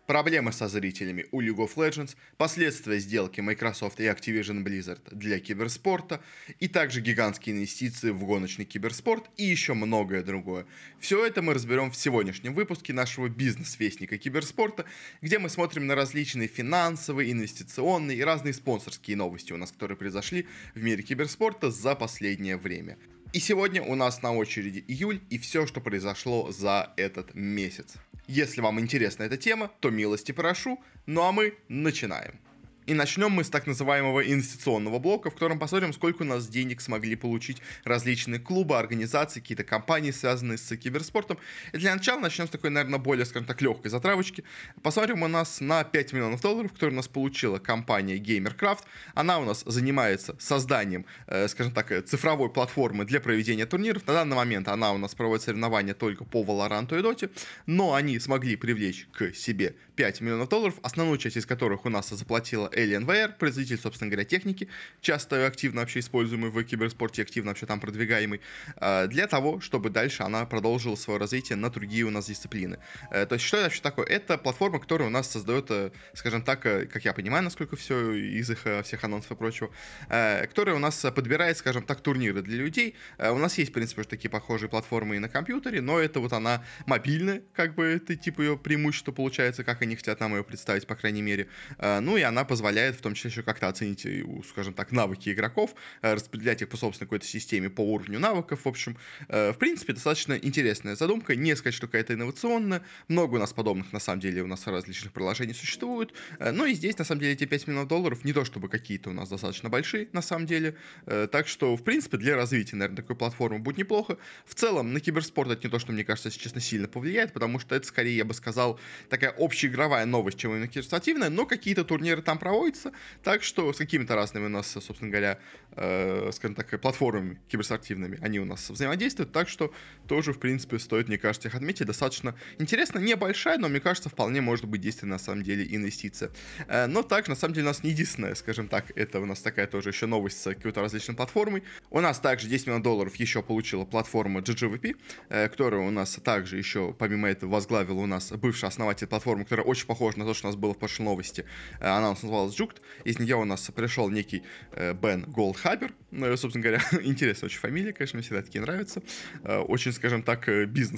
Проблемы со зрителями у League of Legends, последствия сделки Microsoft и Activision Blizzard для киберспорта, и также гигантские инвестиции в гоночный киберспорт и еще многое другое. Все это мы разберем в сегодняшнем выпуске нашего бизнес-вестника киберспорта, где мы смотрим на различные финансовые, инвестиционные и разные спонсорские новости у нас, которые произошли в мире киберспорта за последнее время. И сегодня у нас на очереди июль и все, что произошло за этот месяц. Если вам интересна эта тема, то милости прошу, ну а мы начинаем. И начнем мы с так называемого инвестиционного блока, в котором посмотрим, сколько у нас денег смогли получить различные клубы, организации, какие-то компании, связанные с киберспортом. И для начала начнем с такой, наверное, более, скажем так, легкой затравочки. Посмотрим у нас на $5 миллионов, которые у нас получила компания GamerCraft. Она у нас занимается созданием, скажем так, цифровой платформы для проведения турниров. На данный момент она у нас проводит соревнования только по Valorant и Dota, но они смогли привлечь к себе $5 миллионов, основную часть из которых у нас заплатила Alienware, производитель, собственно говоря, техники, часто активно вообще используемый в киберспорте, активно вообще там продвигаемый, для того, чтобы дальше она продолжила свое развитие на другие у нас дисциплины. То есть, что это вообще такое? Это платформа, которая у нас создает, скажем так, как я понимаю, насколько все из их всех анонсов и прочего, которая у нас подбирает, скажем так, турниры для людей. У нас есть, в принципе, уже такие похожие платформы и на компьютере, но это вот она мобильная, как бы это типа ее преимущество получается, как они хотят нам ее представить, по крайней мере. Ну и она позволяет в том числе еще как-то оценить, скажем так, навыки игроков, распределять их по собственной какой-то системе по уровню навыков. В общем, в принципе, достаточно интересная задумка. Не сказать, что какая-то инновационная. Много у нас подобных, на самом деле, у нас различных приложений существует. Но и здесь, на самом деле, эти $5 миллионов не то чтобы какие-то у нас достаточно большие, на самом деле. Так что, в принципе, для развития, наверное, такой платформы будет неплохо. В целом, на киберспорт это не то, что, мне кажется, если честно, сильно повлияет, потому что это, скорее, я бы сказал, такая общеигровая новость, чем именно киберспортивная, но какие-то турниры там проводятся, так что с какими-то разными у нас, собственно говоря, скажем так, платформами киберспортивными они у нас взаимодействуют, так что тоже, в принципе, стоит, мне кажется, их отметить. Достаточно интересно, небольшая, но, мне кажется, вполне может быть действенная, на самом деле, инвестиция. Но также, на самом деле, у нас не единственная, скажем так, это у нас такая тоже еще новость с какой-то различной платформой. У нас также $10 миллионов еще получила платформа GGVP, которая у нас также еще, помимо этого, возглавила у нас бывший основатель платформы, которая очень похожа на то, что у нас было в прошлой новости. Она у нас называлась Jukt. Из нее у нас пришел некий Бен Голдхабер. Собственно говоря, интересная очень фамилия, конечно, мне всегда такие нравятся. Очень, скажем так,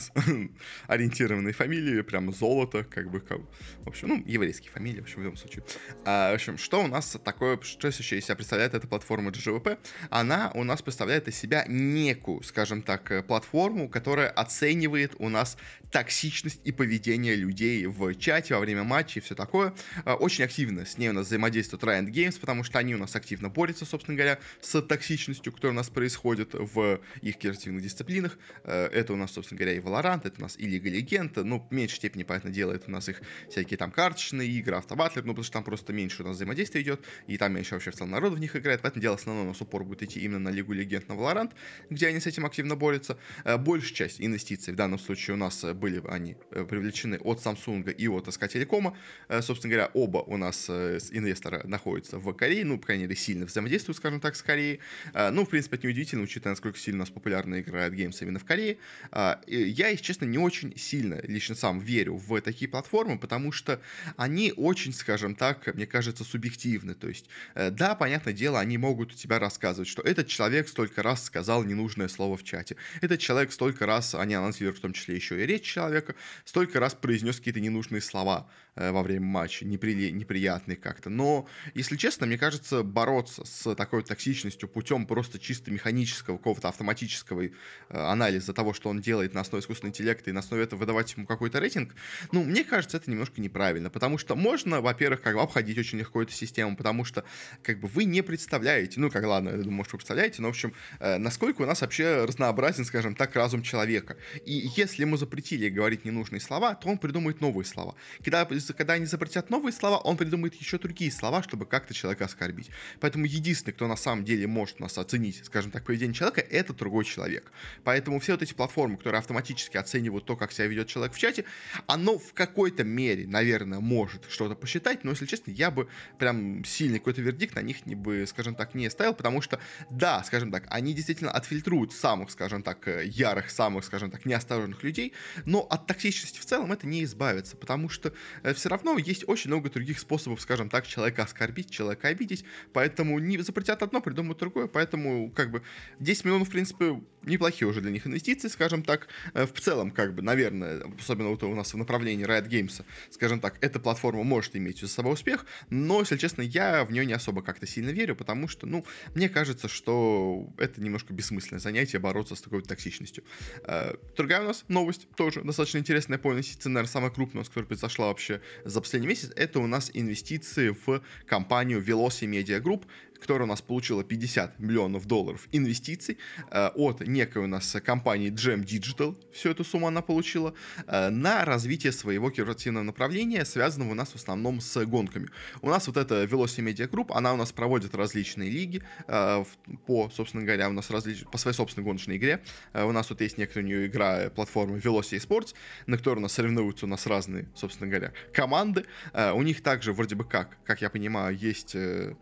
бизнес-ориентированные фамилии, прям золото, как бы, в общем, ну, еврейские фамилии, в общем, в любом случае. В общем, что у нас такое, что еще из себя представляет эта платформа GGVP? Она у нас представляет из себя некую, скажем так, платформу, которая оценивает у нас токсичность и поведение людей в чате во время матча и все такое. Очень активно с ней у нас взаимодействует Riot Games, потому что они у нас активно борются, собственно говоря, с токсичностью, которая у нас происходит в их киберспортивных дисциплинах. Это у нас, собственно говоря, и Valorant, это у нас и Лига Легенд, ну, в меньшей степени, понятно, делает у нас их всякие там карточные игры, автобатлер, ну, потому что там просто меньше у нас взаимодействия идет, и там меньше вообще в целом народу в них играет, поэтому дело основное у нас упор будет идти именно на Лигу Легенд, на Valorant, где они с этим активно борются. Большая часть инвестиций в данном случае у нас были они привлечены от Samsung и от SK Telecom. Собственно говоря, оба у нас инвестора находятся в Корее, ну, по крайней мере, сильно взаимодействуют, скажем так, с Кореей. Ну, в принципе, это неудивительно, учитывая, насколько сильно у нас популярна игра Riot Games именно в Корее. Я, если честно, не очень сильно лично сам верю в такие платформы, потому что они очень, скажем так, мне кажется, субъективны. То есть, да, понятное дело, они могут у тебя рассказывать, что этот человек столько раз сказал ненужное слово в чате. Этот человек столько раз, они анонсируют в том числе еще и речь человека, столько раз произнес какие-то ненужные слова во время матча, неприятные как-то. Но, если честно, мне кажется, бороться с такой токсичностью путем просто чисто механического, какого-то автоматического анализа того, что он делает на основе искусственного интеллекта, и на основе этого выдавать ему какой-то рейтинг, ну, мне кажется, это немножко неправильно, потому что можно, во-первых, как бы обходить очень легко эту систему, потому что, как бы, вы не представляете, ну, как, ладно, я думаю, может, вы представляете, но, в общем, насколько у нас вообще разнообразен, скажем так, разум человека. И если ему запретили говорить ненужные слова, то он придумает новые слова. Когда они запретят новые слова, он придумает еще другие никакие слова, чтобы как-то человека оскорбить. Поэтому единственный, кто на самом деле может нас оценить, скажем так, поведение человека, это другой человек. Поэтому все вот эти платформы, которые автоматически оценивают то, как себя ведет человек в чате, оно в какой-то мере, наверное, может что-то посчитать, но, если честно, я бы прям сильный какой-то вердикт на них скажем так, не ставил, потому что, да, скажем так, они действительно отфильтруют самых, скажем так, ярых, самых, скажем так, неосторожных людей, но от токсичности в целом это не избавится, потому что все равно есть очень много других способов, скажем так, человека оскорбить, человека обидеть, поэтому не запретят одно, придумают другое, поэтому, как бы, 10 миллионов, в принципе, неплохие уже для них инвестиции, скажем так, в целом, как бы, наверное, особенно вот у нас в направлении Riot Games, скажем так, эта платформа может иметь за собой успех, но, если честно, я в нее не особо как-то сильно верю, потому что, ну, мне кажется, что это немножко бессмысленное занятие бороться с такой токсичностью. Другая у нас новость, тоже достаточно интересная по инвестиции, наверное, самая крупная, которая произошла вообще за последний месяц, это у нас инвестиции в компанию Veloci Media Group, которая у нас получила $50 миллионов инвестиций от некой у нас компании Jam Digital, всю эту сумму она получила, на развитие своего киберспортивного направления, связанного у нас в основном с гонками. У нас вот эта Veloci Media Group, она у нас проводит различные лиги по, собственно говоря, у нас по своей собственной гоночной игре. У нас тут есть некоторая у нее игра платформы Veloci Esports, на которой у нас соревнуются у нас разные, собственно говоря, команды. У них также вроде бы как я понимаю, есть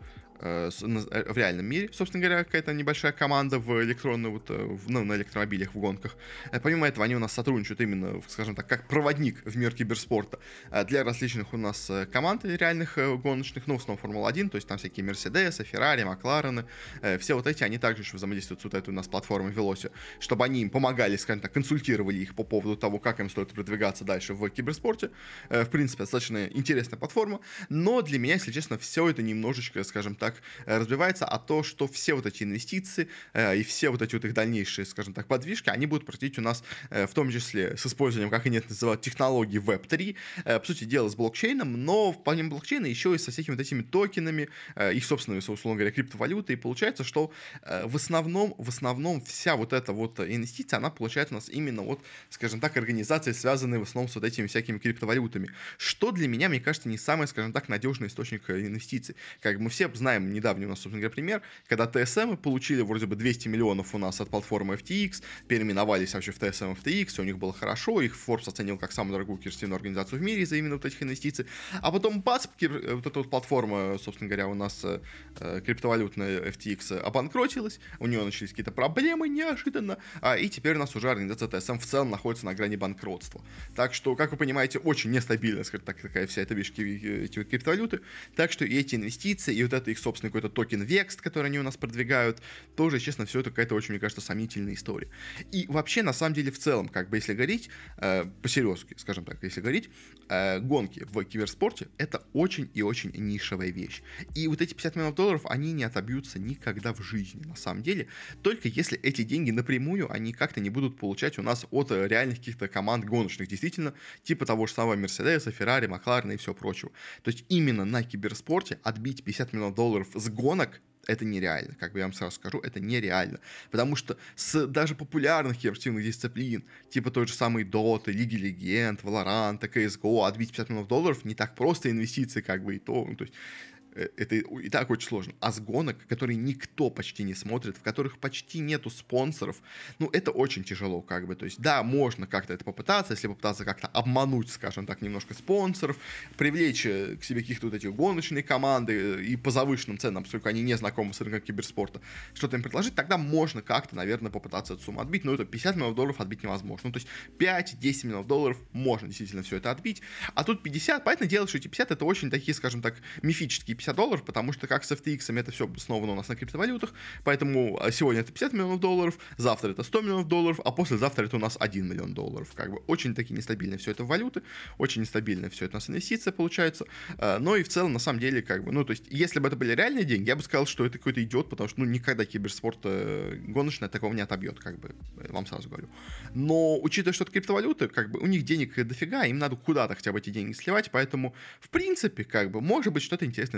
в реальном мире, собственно говоря, какая-то небольшая команда в электронной, вот, на электромобилях в гонках. Помимо этого, они у нас сотрудничают именно, скажем так, как проводник в мир киберспорта для различных у нас команд реальных гоночных, ну, в основном Формула-1, то есть там всякие Мерседесы, Феррари, Макларены, все вот эти, они также еще взаимодействуют с вот этой у нас платформой Veloci, чтобы они им помогали, скажем так, консультировали их по поводу того, как им стоит продвигаться дальше в киберспорте. В принципе, достаточно интересная платформа, но для меня, если честно, все это немножечко, скажем так, разбивается, а то, что все вот эти инвестиции и все вот эти вот их дальнейшие, скажем так, подвижки, они будут происходить у нас в том числе с использованием, как они это называют, технологий Web3, по сути дела, с блокчейном, но помимо блокчейна еще и со всякими вот этими токенами, их собственными, условно говоря, криптовалюты, и получается, что в основном вся вот эта вот инвестиция, она получается у нас именно вот, скажем так, организации, связанные в основном с вот этими всякими криптовалютами, что для меня, мне кажется, не самый, скажем так, надежный источник инвестиций. Как мы все знаем, недавний у нас, собственно говоря, пример, когда TSM получили вроде бы 200 миллионов у нас от платформы FTX, переименовались вообще в TSM FTX, все у них было хорошо, их Forbes оценил как самую дорогую киберспортивную организацию в мире из-за именно вот этих инвестиций, а потом бац, вот эта вот платформа, собственно говоря, у нас криптовалютная FTX обанкротилась, у нее начались какие-то проблемы неожиданно, и теперь у нас уже организация TSM в целом находится на грани банкротства. Так что, как вы понимаете, очень нестабильная, скажем так, такая вся эта вещь, эти вот криптовалюты, так что и эти инвестиции, и вот это их собственный какой-то токен Vext, который они у нас продвигают, тоже, честно, все это какая-то очень, мне кажется, сомнительная история. И вообще, на самом деле, в целом, как бы, если говорить, по-серьезки, скажем так, если говорить, гонки в киберспорте — это очень и очень нишевая вещь. И вот эти $50 миллионов, они не отобьются никогда в жизни, на самом деле, только если эти деньги напрямую они как-то не будут получать у нас от реальных каких-то команд гоночных, действительно, типа того же самого Мерседеса, Феррари, Макларена и всего прочего. То есть именно на киберспорте отбить $50 миллионов с гонок — это нереально, как бы я вам сразу скажу, это нереально, потому что с даже популярных киберспортивных дисциплин, типа той же самой Dota, Лиги Легенд, Valorant, CSGO, отбить $50 миллионов не так просто, инвестиции как бы и то, ну, то есть это и так очень сложно. А с гонок, которые никто почти не смотрит, в которых почти нету спонсоров, ну, это очень тяжело, как бы. То есть, да, можно как-то это попытаться, если попытаться как-то обмануть, скажем так, немножко спонсоров, привлечь к себе каких-то вот этих гоночные команды и по завышенным ценам, поскольку они не знакомы с рынком киберспорта, что-то им предложить, тогда можно как-то, наверное, попытаться эту сумму отбить, но это $50 миллионов отбить невозможно. Ну, то есть 5-10 миллионов долларов можно действительно все это отбить, а тут 50, понятное дело, что эти 50 это очень такие, скажем так, мифические $50, потому что как с FTX это все основано у нас на криптовалютах, поэтому сегодня это $50 миллионов, завтра это $100 миллионов, а послезавтра это у нас $1 миллион. Как бы очень такие нестабильные все это валюты, очень нестабильная все это у нас инвестиция получается, но и в целом на самом деле как бы, ну то есть если бы это были реальные деньги, я бы сказал, что это какой-то идиот, потому что ну никогда киберспорт гоночный такого не отобьет, как бы, вам сразу говорю. Но учитывая, что это криптовалюты, как бы у них денег дофига, им надо куда-то хотя бы эти деньги сливать, поэтому в принципе как бы может быть что-то интересное из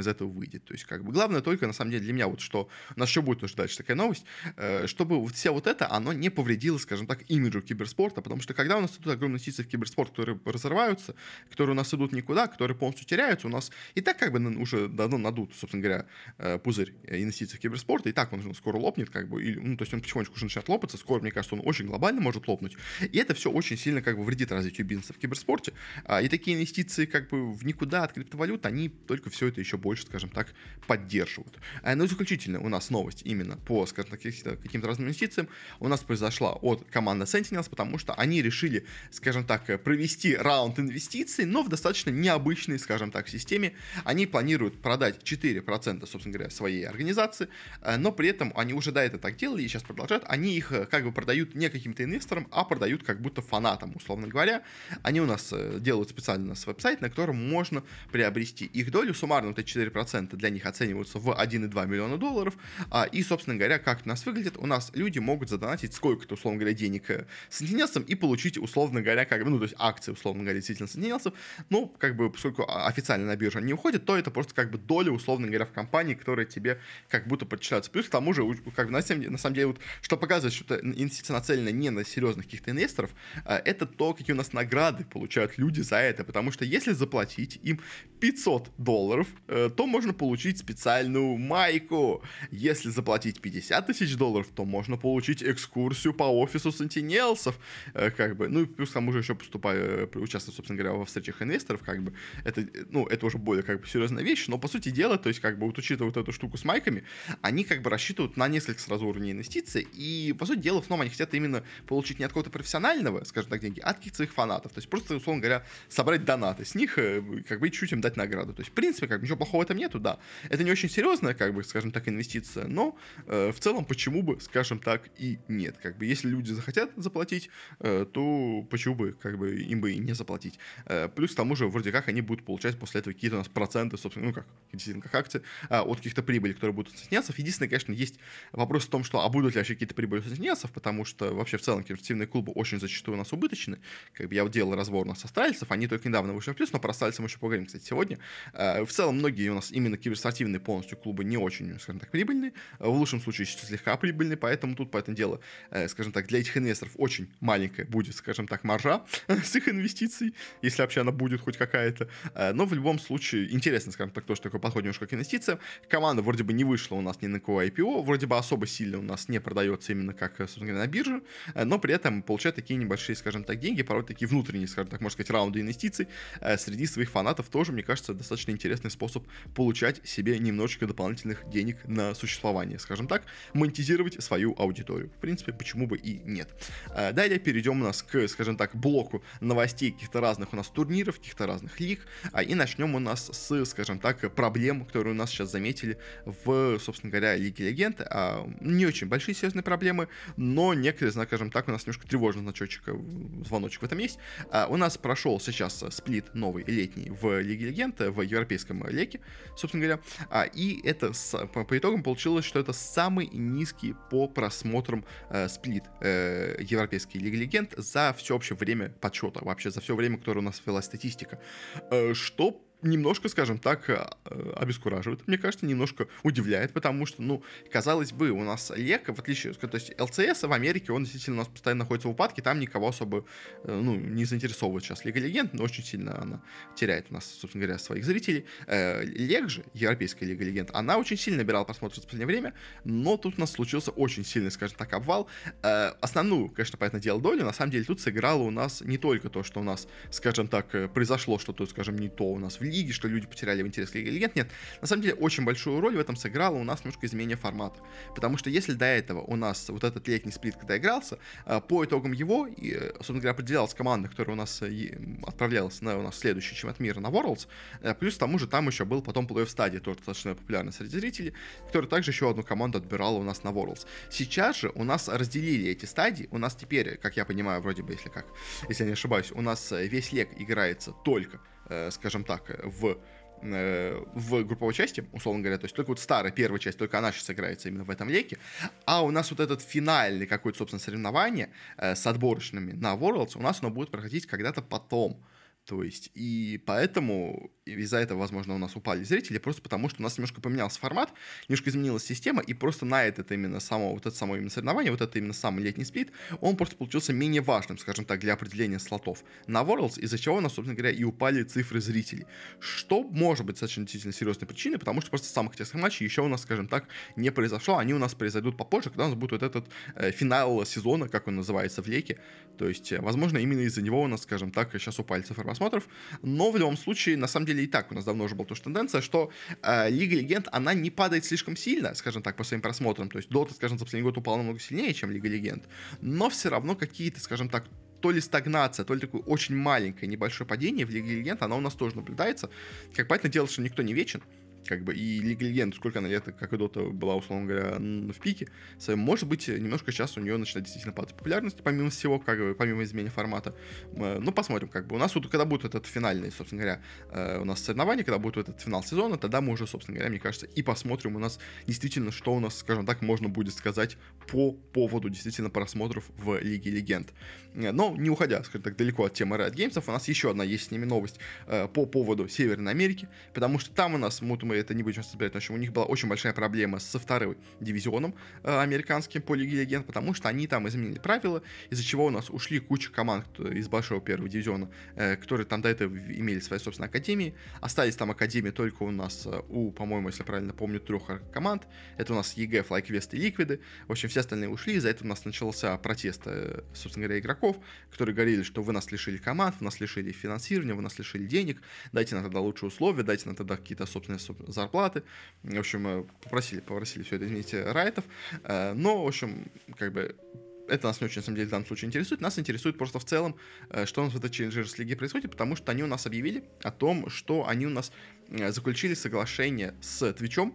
этого выйдет. То есть, как бы, главное только, на самом деле, для меня, вот что у нас еще будет тоже дальше такая новость, чтобы вот все вот это, оно не повредило, скажем так, имиджу киберспорта, потому что когда у нас идут огромные инвестиции в киберспорт, которые разрываются, которые у нас идут никуда, которые полностью теряются, у нас и так как бы уже давно надут, собственно говоря, пузырь инвестиций в киберспорт, и так он уже скоро лопнет, как бы, или, ну, то есть он потихонечку уже начинает лопаться, скоро, мне кажется, он очень глобально может лопнуть, и это все очень сильно как бы вредит развитию бизнеса в киберспорте, и такие инвестиции как бы в никуда от криптовалют, они только все это еще больше, скажем так, поддерживают. Ну и заключительно у нас новость именно по, скажем так, каким-то разным инвестициям у нас произошла от команды Sentinels, потому что они решили, скажем так, провести раунд инвестиций, но в достаточно необычной, скажем так, системе. Они планируют продать 4%, собственно говоря, своей организации, но при этом они уже до этого так делали и сейчас продолжают. Они их как бы продают не каким-то инвесторам, а продают как будто фанатам, условно говоря. Они у нас делают специально у нас веб-сайт, на котором можно приобрести их долю. Суммарно вот эти 4% для них оцениваются в 1,2 миллиона долларов. И, собственно говоря, как у нас выглядит, у нас люди могут задонатить сколько-то, условно говоря, денег Sentinels'ам и получить, условно говоря, как бы, ну, то есть акции, условно говоря, действительно Sentinels'ов. Ну, как бы, поскольку официально на биржу они не уходят, то это просто как бы доля, условно говоря, в компании, которая тебе как будто подчисляется. Плюс к тому же, как бы, на самом деле, вот, что показывает, что инвестиция нацелена не на серьезных каких-то инвесторов, это то, какие у нас награды получают люди за это. Потому что если заплатить им $500, то можно получить специальную майку. Если заплатить $50,000, то можно получить экскурсию по офису Sentinels'ов, как бы, ну и плюс к тому же еще участвую, собственно говоря, во встречах инвесторов, как бы, это, ну, это уже более, как бы, серьезная вещь, но, по сути дела, то есть, как бы, вот учитывая вот эту штуку с майками, они, как бы, рассчитывают на несколько сразу уровней инвестиций, и, по сути дела, в основном они хотят именно получить не от какого-то профессионального, скажем так, деньги, а от каких-то своих фанатов, то есть, просто, условно говоря, собрать донаты с них, как бы, и чуть-чуть им дать награду, то есть, в принципе, как бы, ничего плохого в этом нету, да, это не очень серьезная, как бы, скажем так, инвестиция, но, в целом, почему бы, скажем так, и нет, как бы, если люди захотят заплатить, то почему бы, как бы, им бы и не заплатить. Плюс к тому же, вроде как, они будут получать после этого какие-то у нас проценты, собственно, ну как, действительно, как акции, от каких-то прибылей, которые будут у Sentinels'ов. Единственное, конечно, есть вопрос в том, что, а будут ли вообще какие-то прибыли у Sentinels'ов, потому что вообще в целом киберспортивные клубы очень зачастую у нас убыточны. Как бы я вот делал разбор у нас астральцев, они только недавно вышли в плюс, но про астральцев мы еще поговорим, кстати, сегодня. В целом, многие у нас именно киберспортивные полностью клубы не очень, скажем так, прибыльные, в лучшем случае слегка прибыльные, поэтому тут, по этому делу, скажем так, для этих инвесторов очень маленькая будет, скажем так, маржа с их инвестиций, если вообще она будет хоть какая-то. Но в любом случае интересно, скажем так, то, что такое подход немножко к инвестициям. Команда вроде бы не вышла у нас ни на какое IPO, вроде бы особо сильно у нас не продается именно как, собственно говоря, на бирже, но при этом получает такие небольшие, скажем так, деньги, порой такие внутренние, скажем так, можно сказать, раунды инвестиций среди своих фанатов тоже, мне кажется, достаточно интересный способ получать себе немножечко дополнительных денег на существование, скажем так, монетизировать свою аудиторию. В принципе, почему бы и нет. Далее перейдем у нас к, скажем так, блоку новостей каких-то разных у нас турниров, каких-то разных лиг, и начнем у нас с, скажем так, проблем, которые у нас сейчас заметили в, собственно говоря, Лиге Легенд. Не очень большие серьезные проблемы, но некоторые, скажем так, у нас немножко тревожный звоночек в этом есть. У нас прошел сейчас сплит новый летний в Лиге Легенд, в европейском леке, собственно говоря, и это по итогам получилось, что это самый низкий по просмотрам сплит европейской Лиги Легенд за все общее время подсчета, вообще за все время, которое у нас велась статистика. Что немножко, скажем так, обескураживает, мне кажется, немножко удивляет, потому что, ну, казалось бы, у нас лек, в отличие, то есть ЛЦС в Америке, он действительно у нас постоянно находится в упадке, там никого особо, ну, не заинтересовывает сейчас Лига Легенд, но очень сильно она теряет у нас, собственно говоря, своих зрителей. Лег же, Европейская Лига Легенд, она очень сильно набирала просмотры в последнее время, но тут у нас случился очень сильный, скажем так, обвал. Основную, конечно, понятное дело, долю, на самом деле, тут сыграло у нас не только то, что у нас, скажем так, произошло что-то, скажем, не то у нас в лиги, что люди потеряли в интерес к Лиге Легенд. Нет, на самом деле очень большую роль в этом сыграло у нас немножко изменение формата. Потому что если до этого у нас вот этот летний сплит, когда игрался, по итогам его, собственно говоря, определялась команда, которая у нас отправлялась на у нас следующий чемпионат мира на Worlds, плюс к тому же там еще был потом плей-офф стадии, тоже достаточно популярный среди зрителей, который также еще одну команду отбирала у нас на Worlds. Сейчас же у нас разделили эти стадии, у нас теперь, как я понимаю, вроде бы, если я не ошибаюсь, у нас весь лег играется только, скажем так, в групповой части, условно говоря, то есть только вот старая первая часть, только она сейчас играется именно в этом леке, а у нас вот этот финальный какой-то, собственно, соревнование с отборочными на Worlds, у нас оно будет проходить когда-то потом. То есть, и поэтому из-за этого, возможно, у нас упали зрители, просто потому что у нас немножко поменялся формат, немножко изменилась система, и просто на это именно само, вот это само именно соревнование, вот это именно самый летний сплит, он просто получился менее важным, скажем так, для определения слотов на Worlds, из-за чего у нас, собственно говоря, и упали цифры зрителей. Что может быть достаточно действительно серьезной причиной, потому что просто самых интересных матчей еще у нас, скажем так, не произошло, они у нас произойдут попозже, когда у нас будет вот этот финал сезона, как он называется в Леке, то есть, возможно, именно из-за него у нас, скажем так, сейчас упали цифры просмотров, но в любом случае, на самом деле, и так у нас давно уже была тоже тенденция, что Лига Легенд, она не падает слишком сильно, скажем так, по своим просмотрам, то есть Dota, скажем, за последний год упала намного сильнее, чем Лига Легенд, но все равно какие-то, скажем так, то ли стагнация, то ли такое очень маленькое, небольшое падение в Лиге Легенд, оно у нас тоже наблюдается. Как понятное дело, что никто не вечен, как бы, и Лига Легенд, сколько она лет, как и Дота была, условно говоря, в пике, может быть, немножко сейчас у нее начинает действительно падать популярность, помимо всего, как бы, помимо изменения формата. Ну, посмотрим, как бы. У нас вот, когда будет этот финальный, собственно говоря, у нас соревнование, когда будет этот финал сезона, тогда мы уже, собственно говоря, мне кажется, и посмотрим у нас действительно, что у нас, скажем так, можно будет сказать по поводу действительно просмотров в Лиге Легенд. Но, не уходя, скажем так, далеко от темы Riot Games, у нас еще одна есть с ними новость по поводу Северной Америки, потому что там у нас, мы это не будем разбирать, но у них была очень большая проблема со вторым дивизионом американским по Лиге Легенд, потому что они там изменили правила, из-за чего у нас ушли куча команд из большого первого дивизиона, которые там до этого имели свои собственные академии. Остались там академии только у нас, по-моему, если я правильно помню, 3 команд. Это у нас ЕГЭ, FlyQuest и Ликвиды. В общем, все остальные ушли, из-за этого у нас начался протест, собственно говоря, игроков, которые говорили, что вы нас лишили команд, вы нас лишили финансирования, вы нас лишили денег, дайте нам тогда лучшие условия, дайте нам тогда какие-то собственные зарплаты. В общем, попросили все это, извините, райтов. Но, в общем, как бы это нас не очень, на самом деле, в данном случае интересует. Нас интересует просто в целом, что у нас в этой Challengers лиге происходит, потому что они у нас объявили о том, что они у нас заключили соглашение с Твичом,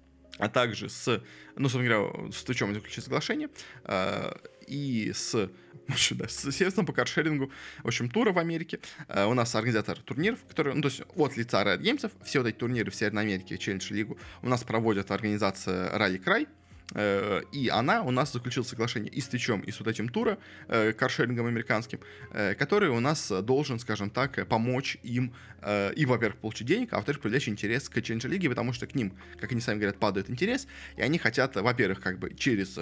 а также собственно говоря, с Твичом заключили соглашение, и с сервисом по каршерингу, в общем, тура в Америке. У нас организатор турниров, которые, то есть от лица Riot Games, все вот эти турниры в Северной Америке, Challenge лигу, у нас проводит организация Rally Cry, и она у нас заключила соглашение и с Твичом, и с вот этим тура, каршерингом американским, который у нас должен, скажем так, помочь им и, во-первых, получить денег, а во-вторых, привлечь интерес к Challenge лиге, потому что к ним, как они сами говорят, падает интерес, и они хотят, во-первых, как бы через,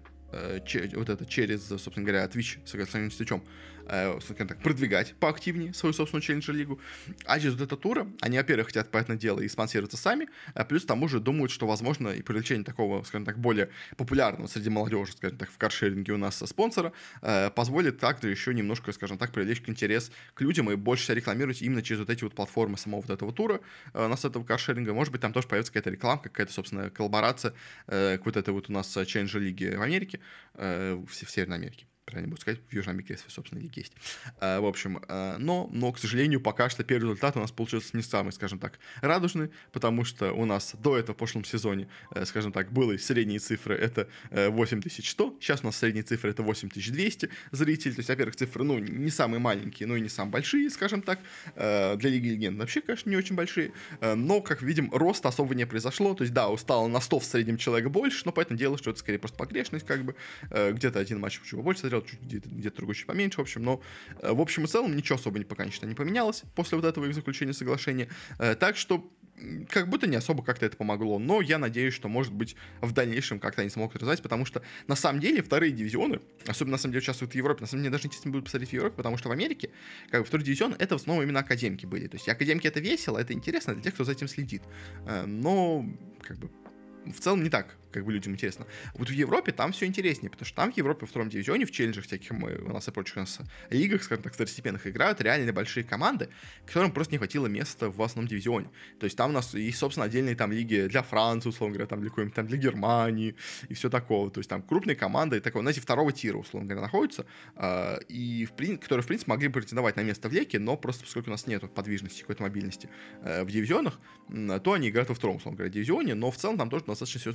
собственно говоря, Twitch соглашение с Твичом, скажем так, продвигать поактивнее свою собственную челленджер-лигу. А через вот эту тура они, во-первых, хотят, понятное дело, и спонсироваться сами, а плюс к тому же думают, что, возможно, и привлечение такого, скажем так, более популярного среди молодежи, скажем так, в каршеринге у нас спонсора, позволит также еще немножко, скажем так, привлечь интерес к людям и больше себя рекламировать именно через вот эти вот платформы самого вот этого тура, у нас этого каршеринга. Может быть, там тоже появится какая-то рекламка, какая-то, собственно, коллаборация к вот этой вот у нас челленджер-лиге в Америке, в Северной Америке. Правильно будет сказать, в Южной Америке свои собственные лиги есть. В общем, но, к сожалению, пока что первый результат у нас получился не самый, скажем так, радужный, потому что у нас до этого в прошлом сезоне, скажем так, были средние цифры, это 8100, сейчас у нас средние цифры это 8200 зрителей, то есть, во-первых, цифры, не самые маленькие, но и не самые большие, скажем так, для Лиги Легенд вообще, конечно, не очень большие, но, как видим, роста особо не произошло, то есть, да, устало на 100 в среднем человека больше, но поэтому дело, что это скорее просто погрешность, как бы, где-то один матч чуть побольше смотрел, где-то другой чуть поменьше, в общем, но в общем и целом ничего особо пока ничего не поменялось после вот этого их заключения соглашения, так что как будто не особо как-то это помогло, но я надеюсь, что, может быть, в дальнейшем как-то они смогут развивать, потому что, на самом деле, вторые дивизионы, особенно, на самом деле, участвуют в Европе, на самом деле, даже интересно будет посмотреть в Европе, потому что в Америке, как бы, второй дивизион, это в основном именно академики были, то есть академики это весело, это интересно для тех, кто за этим следит, но, как бы, в целом не так, как бы людям интересно. Вот в Европе там все интереснее, потому что там в Европе, в втором дивизионе, в челленджах всяких у нас и прочих у нас лигах, скажем так, второстепенных играют реально большие команды, которым просто не хватило места в основном дивизионе. То есть там у нас есть, собственно, отдельные там лиги для Франции, условно говоря, там для какой-нибудь, там для Германии и все такого. То есть там крупные команды, такого, знаете, второго тира, условно говоря, находятся, и которые, в принципе, могли бы претендовать на место в леке, но просто поскольку у нас нет подвижности, какой-то мобильности в дивизионах, то они играют во втором, условно говоря, дивизионе, но в целом там тоже достаточно серьезные команды. В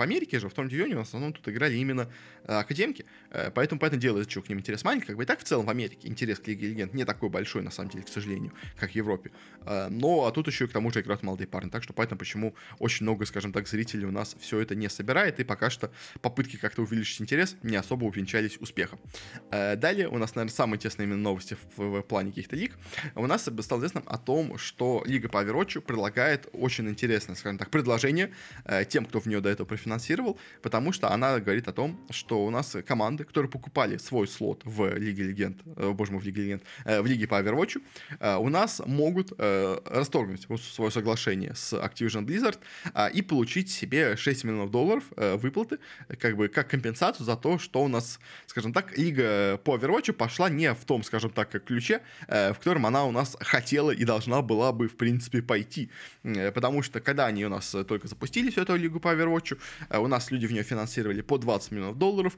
Америке же, в том дивизионе, в основном тут играли именно академки, поэтому дело, из-за чего к ним интерес маленький, как бы и так в целом в Америке интерес к Лиге Легенд не такой большой, на самом деле, к сожалению, как в Европе, но, а тут еще и к тому же играют молодые парни, так что поэтому почему очень много, скажем так, зрителей у нас все это не собирает, и пока что попытки как-то увеличить интерес не особо увенчались успехом. Далее у нас, наверное, самые интересные именно новости в плане каких-то лиг. У нас стало известно о том, что Лига по Overwatch предлагает очень интересное, скажем так, предложение тем, кто в нее до этого профинансировал, потому что она говорит о том, что у нас команды, которые покупали свой слот в Лиге Легенд, боже мой, в Лиге Легенд, в Лиге по Overwatch, у нас могут расторгнуть свое соглашение с Activision Blizzard и получить себе $6 миллионов выплаты, как бы как компенсацию за то, что у нас, скажем так, Лига по Overwatch пошла не в том, скажем так, ключе, в котором она у нас хотела и должна была бы, в принципе, пойти. Потому что, когда они у нас только запустили всю эту Лигу по Overwatch, у нас люди в нее финансировали по $20 миллионов,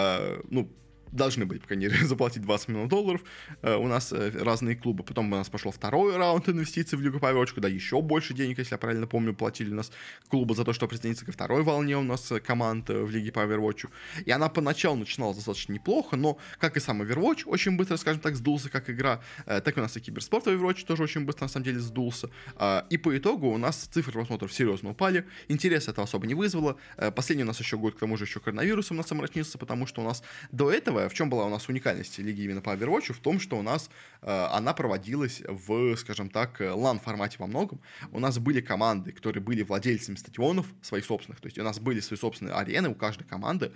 ну, должны были, по крайней мере, заплатить $20 миллионов. У нас разные клубы. Потом у нас пошел второй раунд инвестиций в Лигу по Overwatch, куда еще больше денег, если я правильно помню, платили у нас клубы за то, что присоединиться ко второй волне у нас команд в Лиге по Overwatch. И она поначалу начиналась достаточно неплохо, но, как и сам Overwatch, очень быстро, скажем так, сдулся как игра, так и у нас и киберспорт в Overwatch тоже очень быстро, на самом деле, сдулся. И по итогу у нас цифры просмотров серьезно упали, интерес это особо не вызвало. Последний у нас еще год, к тому же, еще коронавирусом нас омрачнился, потому что у нас до этого, в чем была у нас уникальность лиги именно по Overwatch, в том, что у нас она проводилась в, скажем так, LAN-формате во многом. У нас были команды, которые были владельцами стадионов своих собственных, то есть у нас были свои собственные арены у каждой команды,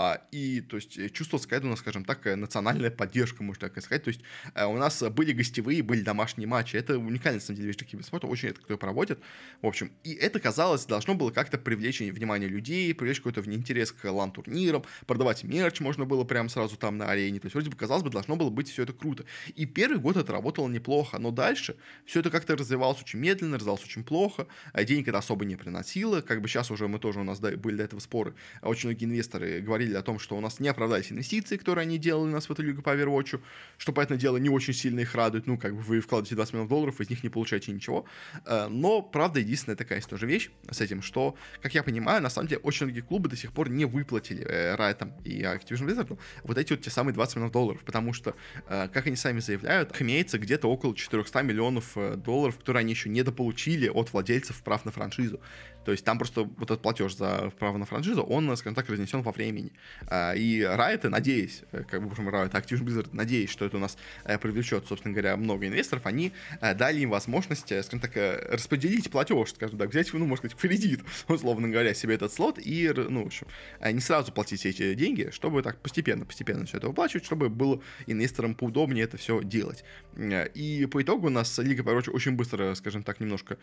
и, то есть, чувствовалась какая-то у нас, скажем так, национальная поддержка, можно так сказать, то есть у нас были гостевые, были домашние матчи, это уникальная, на самом деле, вещь для киберспорта, очень редко кто ее проводит, в общем, и это, казалось, должно было как-то привлечь внимание людей, привлечь какой-то интерес к LAN-турнирам, продавать мерч можно было прямо сразу там на арене, то есть вроде бы, казалось бы, должно было быть все это круто. И первый год это работало неплохо, но дальше все это как-то развивалось очень медленно, развивалось очень плохо, денег это особо не приносило, как бы сейчас уже мы тоже, у нас были до этого споры, очень многие инвесторы говорили о том, что у нас не оправдались инвестиции, которые они делали у нас в эту лигу по Overwatch, что, понятное дело, не очень сильно их радует, ну, как бы вы вкладываете $20 миллионов, из них не получаете ничего, но, правда, единственная такая есть тоже вещь с этим, что, как я понимаю, на самом деле, очень многие клубы до сих пор не выплатили Riot и Activision Blizzard вот эти вот те самые $20 миллионов, потому что, как они сами заявляют, имеется где-то около $400 миллионов, которые они еще недополучили от владельцев прав на франшизу. То есть там просто вот этот платеж за право на франшизу, он, скажем так, разнесен во времени. И Riot, надеясь, как бы, Riot, Activision Blizzard, надеясь, что это у нас привлечет, собственно говоря, много инвесторов, они дали им возможность, скажем так, распределить платеж, скажем так, взять, ну, можно сказать, в кредит, условно говоря, себе этот слот и, ну, в общем, не сразу платить все эти деньги, чтобы так постепенно все это выплачивать, чтобы было инвесторам поудобнее это все делать. И по итогу у нас Лига по Overwatch очень быстро, скажем так, немножко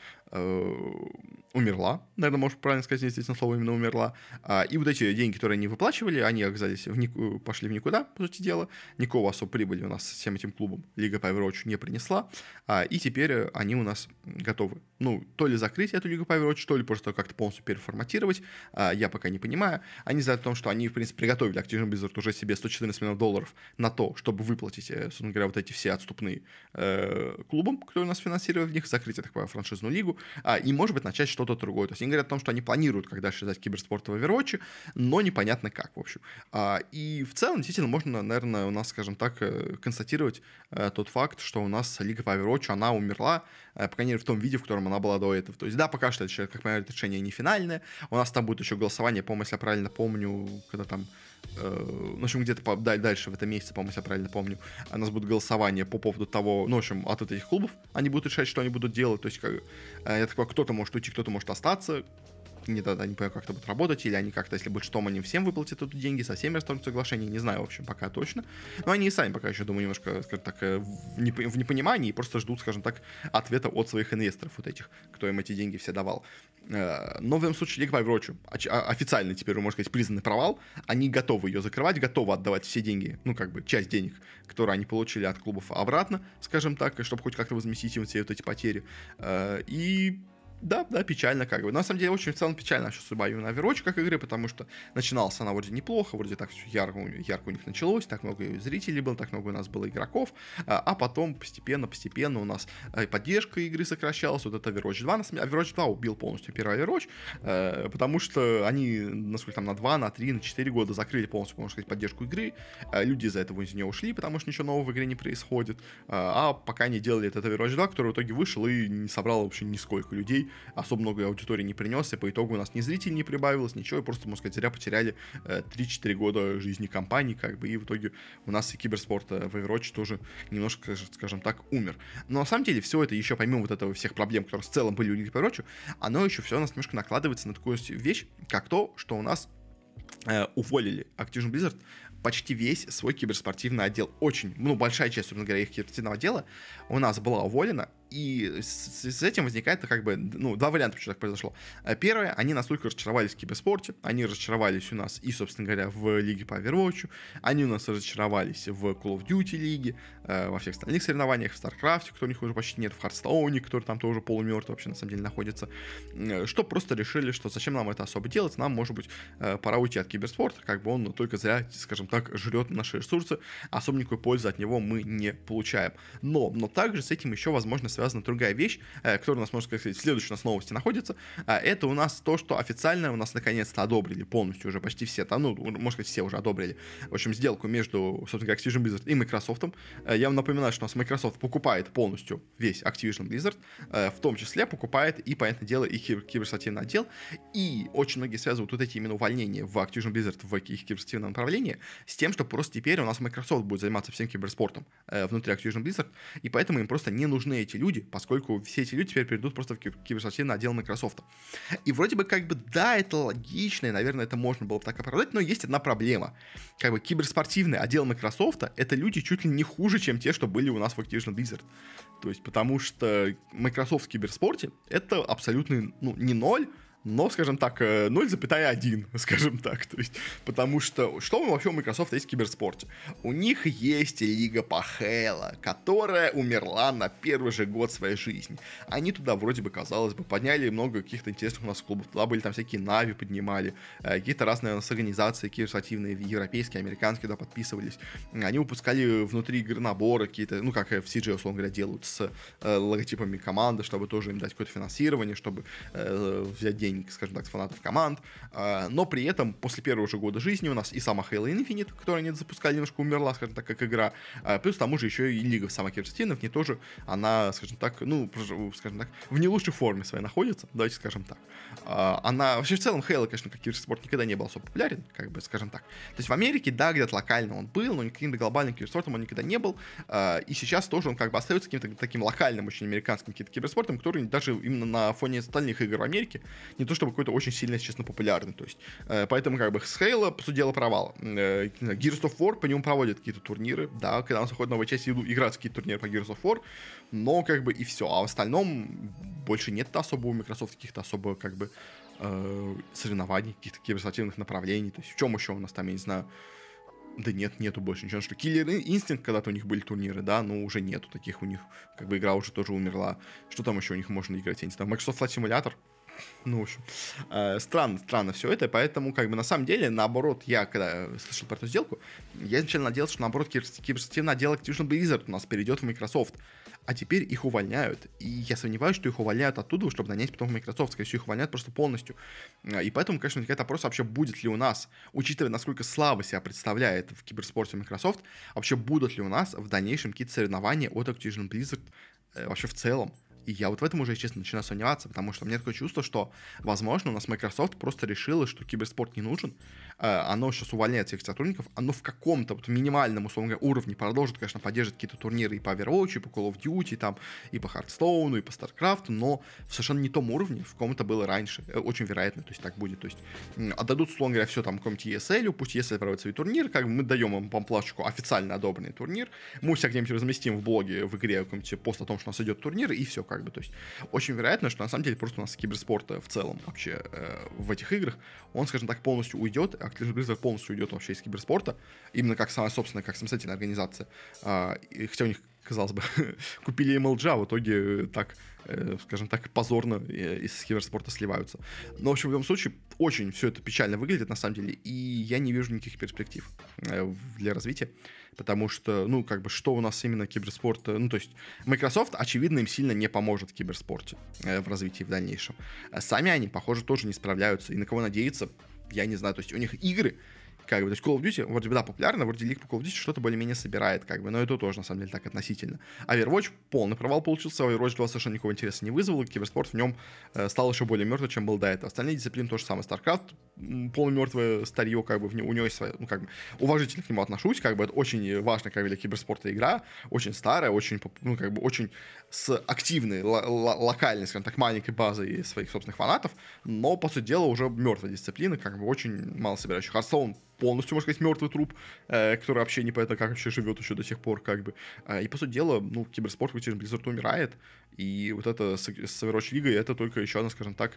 умерла, наверное, можно правильно сказать, действительно слово именно умерла. И вот эти деньги, которые они выплачивали, они оказались пошли в никуда, по сути дела. Никакого особой прибыли у нас всем этим клубам Лига по Overwatch не принесла. И теперь они у нас готовы. Ну, то ли закрыть эту Лигу по Overwatch, то ли просто как-то полностью переформатировать. Я пока не понимаю. Они знают о том, что они, в принципе, приготовили Activision Blizzard уже себе $114 миллионов на то, чтобы выплатить, собственно говоря, вот эти все отступные клубам, которые у нас финансировали в них, закрыть, я так понимаю, франшизную лигу, и, может быть, начать что-то другое. То есть они говорят о том, что они планируют, как дальше ждать киберспорта в Overwatch, но непонятно как, в общем. И в целом, действительно, можно, наверное, у нас, скажем так, констатировать тот факт, что у нас Лига по Overwatch, она умерла, по крайней мере, в том виде, в котором она была до этого. То есть, да, пока что это, как понимаю, решение не финальное. У нас там будет еще голосование, по-моему, если я правильно помню, когда там в общем, где-то дальше в этом месяце, по-моему, если я правильно помню, у нас будет голосование по поводу того, ну, в общем, от этих клубов они будут решать, что они будут делать, то есть, как, я так понимаю, кто-то может уйти, кто-то может остаться, не понимаю, как это будет работать, или они как-то, если будет что, они всем выплатят эту деньги, со всеми расторгнут соглашение, не знаю, в общем, пока точно. Но они и сами пока еще, думаю, немножко, скажем так, в непонимании и просто ждут, скажем так, ответа от своих инвесторов, вот этих, кто им эти деньги все давал. Но в этом случае Лига по Overwatch официально теперь, можно сказать, признанный провал. Они готовы ее закрывать, готовы отдавать все деньги, ну, как бы, часть денег, которые они получили от клубов обратно, скажем так, чтобы хоть как-то возместить им все вот эти потери. И Да, да, печально как бы. Но на самом деле очень в целом печально вообще судьба именно Overwatch как игры, потому что начиналась она вроде неплохо, вроде так все ярко у них началось, так много и зрителей было, так много у нас было игроков, а потом постепенно у нас поддержка игры сокращалась, вот это Overwatch 2, на самом деле, Overwatch 2 убил полностью первый Overwatch, потому что они, насколько там, на 2, на 3, на 4 года закрыли полностью, можно сказать, поддержку игры, люди из-за этого из нее ушли, потому что ничего нового в игре не происходит, а пока не делали этот Overwatch 2, который в итоге вышел и не собрал вообще нисколько людей, особо много аудитории не принес, и по итогу у нас ни зрителей не прибавилось, ничего, и просто, можно сказать, зря потеряли 3-4 года жизни компании, как бы, и в итоге у нас и киберспорт в Overwatch тоже немножко, скажем так, умер. Но на самом деле все это еще, помимо вот этого всех проблем, которые в целом были у Лиги по Overwatch, оно еще все у нас немножко накладывается на такую вещь, как то, что у нас уволили Activision Blizzard почти весь свой киберспортивный отдел. Очень, большая часть, собственно говоря, их киберспортивного отдела у нас была уволена, и с этим возникает как бы, два варианта, почему так произошло. Первое, они настолько разочаровались в киберспорте, они разочаровались у нас и, собственно говоря, в Лиге по Overwatch, они у нас разочаровались в Call of Duty лиге, во всех остальных соревнованиях, в StarCraft, кто у них уже почти нет, в Hearthstone, который там тоже полумертв вообще на самом деле находится, что просто решили, что зачем нам это особо делать, нам, может быть, пора уйти от киберспорта, как бы он только зря, скажем так, жрет наши ресурсы, особо никакой пользы от него мы не получаем. Но также с этим еще, возможно, связана другая вещь, которая у нас, можно сказать, в следующей у нас новости находится. Это у нас то, что официально у нас наконец-то одобрили полностью уже почти все, там, можно сказать, все уже одобрили, в общем, сделку между, собственно говоря, Activision Blizzard и Microsoft. Я вам напоминаю, что у нас Microsoft покупает полностью весь Activision Blizzard, в том числе покупает и, понятное дело, и киберспортивный отдел, и очень многие связывают вот эти именно увольнения в Activision Blizzard в их киберспортивном направлении с тем, что просто теперь у нас Microsoft будет заниматься всем киберспортом внутри Activision Blizzard, и поэтому им просто не нужны эти люди, поскольку все эти люди теперь перейдут просто в киберспортивный отдел Microsoft. И вроде бы как бы да, это логично, и, наверное, это можно было бы так оправдать, но есть одна проблема. Как бы киберспортивный отдел Microsoft — это люди чуть ли не хуже, чем те, что были у нас в Activision Blizzard. То есть потому что Microsoft в киберспорте — это абсолютный, не ноль, но, скажем так, 0,1, скажем так. То есть, потому что вообще у Microsoft есть в киберспорте? У них есть Лига по Halo, которая умерла на первый же год своей жизни. Они туда вроде бы, казалось бы, подняли много каких-то интересных у нас клубов. Туда были там всякие Нави поднимали, какие-то разные у нас организации киберспортивные, европейские, американские туда подписывались. Они выпускали внутри игры наборы какие-то, как в CJ, условно говоря, делают с логотипами команды, чтобы тоже им дать какое-то финансирование, чтобы взять деньги, скажем так, с фанатов команд, но при этом после первого же года жизни у нас и сама Halo Infinite, которую они запускали, немножко умерла, скажем так, как игра, плюс к тому же еще и Лига сама киберспортивная, в ней тоже она, скажем так, в не лучшей форме своей находится, давайте скажем так. Она, вообще в целом Halo, конечно, как киберспорт никогда не был особо популярен, как бы, скажем так. То есть в Америке, да, где-то локально он был, но каким-то глобальным киберспортом он никогда не был, и сейчас тоже он как бы остается каким-то таким локальным, очень американским каким-то киберспортом, который даже именно на фоне остальных игр в Америке не то чтобы какой-то очень сильно, честно, популярный. То есть, поэтому как бы с Halo, по сути дела, провал. Gears of War по нему проводят какие-то турниры, да, когда у нас выходит новая часть, играют какие-то турниры по Gears of War, но как бы и все. А в остальном больше нет особо у Microsoft каких-то особо как бы соревнований, каких-то киберспортивных направлений. То есть в чем еще у нас там, я не знаю, да нету больше ничего. Что Killer Instinct, когда-то у них были турниры, да, но уже нету таких у них. Как бы игра уже тоже умерла. Что там еще у них можно играть? Я не знаю, Microsoft Flight Simulator. В общем, странно все это, поэтому, как бы, на самом деле, наоборот, я, когда слышал про эту сделку, я изначально надеялся, что, наоборот, киберспортивный отдел Activision Blizzard у нас перейдет в Microsoft, а теперь их увольняют, и я сомневаюсь, что их увольняют оттуда, чтобы нанять потом в Microsoft, скорее всего, их увольняют просто полностью, и поэтому, конечно, возникает вопрос, вообще будет ли у нас, учитывая, насколько слабо себя представляет в киберспорте Microsoft, вообще будут ли у нас в дальнейшем какие-то соревнования от Activision Blizzard вообще в целом. И я вот в этом уже, честно, начинаю сомневаться, потому что у меня такое чувство, что, возможно, у нас Microsoft просто решила, что киберспорт не нужен, оно сейчас увольняет всех сотрудников, оно в каком-то вот минимальном, условно говоря, уровне продолжит, конечно, поддерживать какие-то турниры и по Overwatch, и по Call of Duty, там, и по Hearthstone, и по StarCraft, но в совершенно не том уровне, в каком это было раньше. Очень вероятно, то есть так будет. То есть отдадут, условно говоря, все там какому-нибудь ESL, пусть ESL проводит свой турнир, как бы мы даем им плашечку официально одобренный турнир, мы у себя где-нибудь разместим в блоге, в игре какой-нибудь пост о том, что у нас идет турнир, и все как бы. То есть очень вероятно, что на самом деле просто у нас киберспорт в целом вообще в этих играх, он, скажем так, полностью уйдет, Activision Blizzard полностью уйдет вообще из киберспорта, именно как самая собственная, как самостоятельная организация. Хотя у них казалось бы, купили MLG, а в итоге так, скажем так, позорно из киберспорта сливаются. Но, в общем, в любом случае, очень все это печально выглядит, на самом деле, и я не вижу никаких перспектив для развития, потому что, ну, как бы, что у нас именно киберспорт, ну, то есть, Microsoft, очевидно, им сильно не поможет в киберспорте в развитии в дальнейшем. Сами они, похоже, тоже не справляются, и на кого надеяться, я не знаю, то есть, у них игры, как бы, то есть Call of Duty, вроде бы, да, популярно, вроде League по Call of Duty что-то более-менее собирает, как бы, но это тоже, на самом деле, так относительно. Overwatch полный провал получился, Overwatch 2 совершенно никакого интереса не вызвал, и киберспорт в нем стал еще более мертвым, чем был до этого. Остальные дисциплины тоже самое. StarCraft, полумертвое старье, как бы, у него есть своя, ну, как бы, уважительно к нему отношусь, как бы, это очень важная, как бы, для киберспорта игра, очень старая, очень, ну, как бы, очень с активной, локальной, скажем так, маленькой базой своих собственных фанатов, но, по сути дела, уже мертвая дисциплина, как бы, очень мало собирающих. Hearthstone полностью, можно сказать, мертвый труп, который вообще непонятно, как вообще живет еще до сих пор, как бы. И, по сути дела, ну, киберспорт в Activision Blizzard умирает, и вот это с Overwatch Лигой, это только еще одна, скажем так,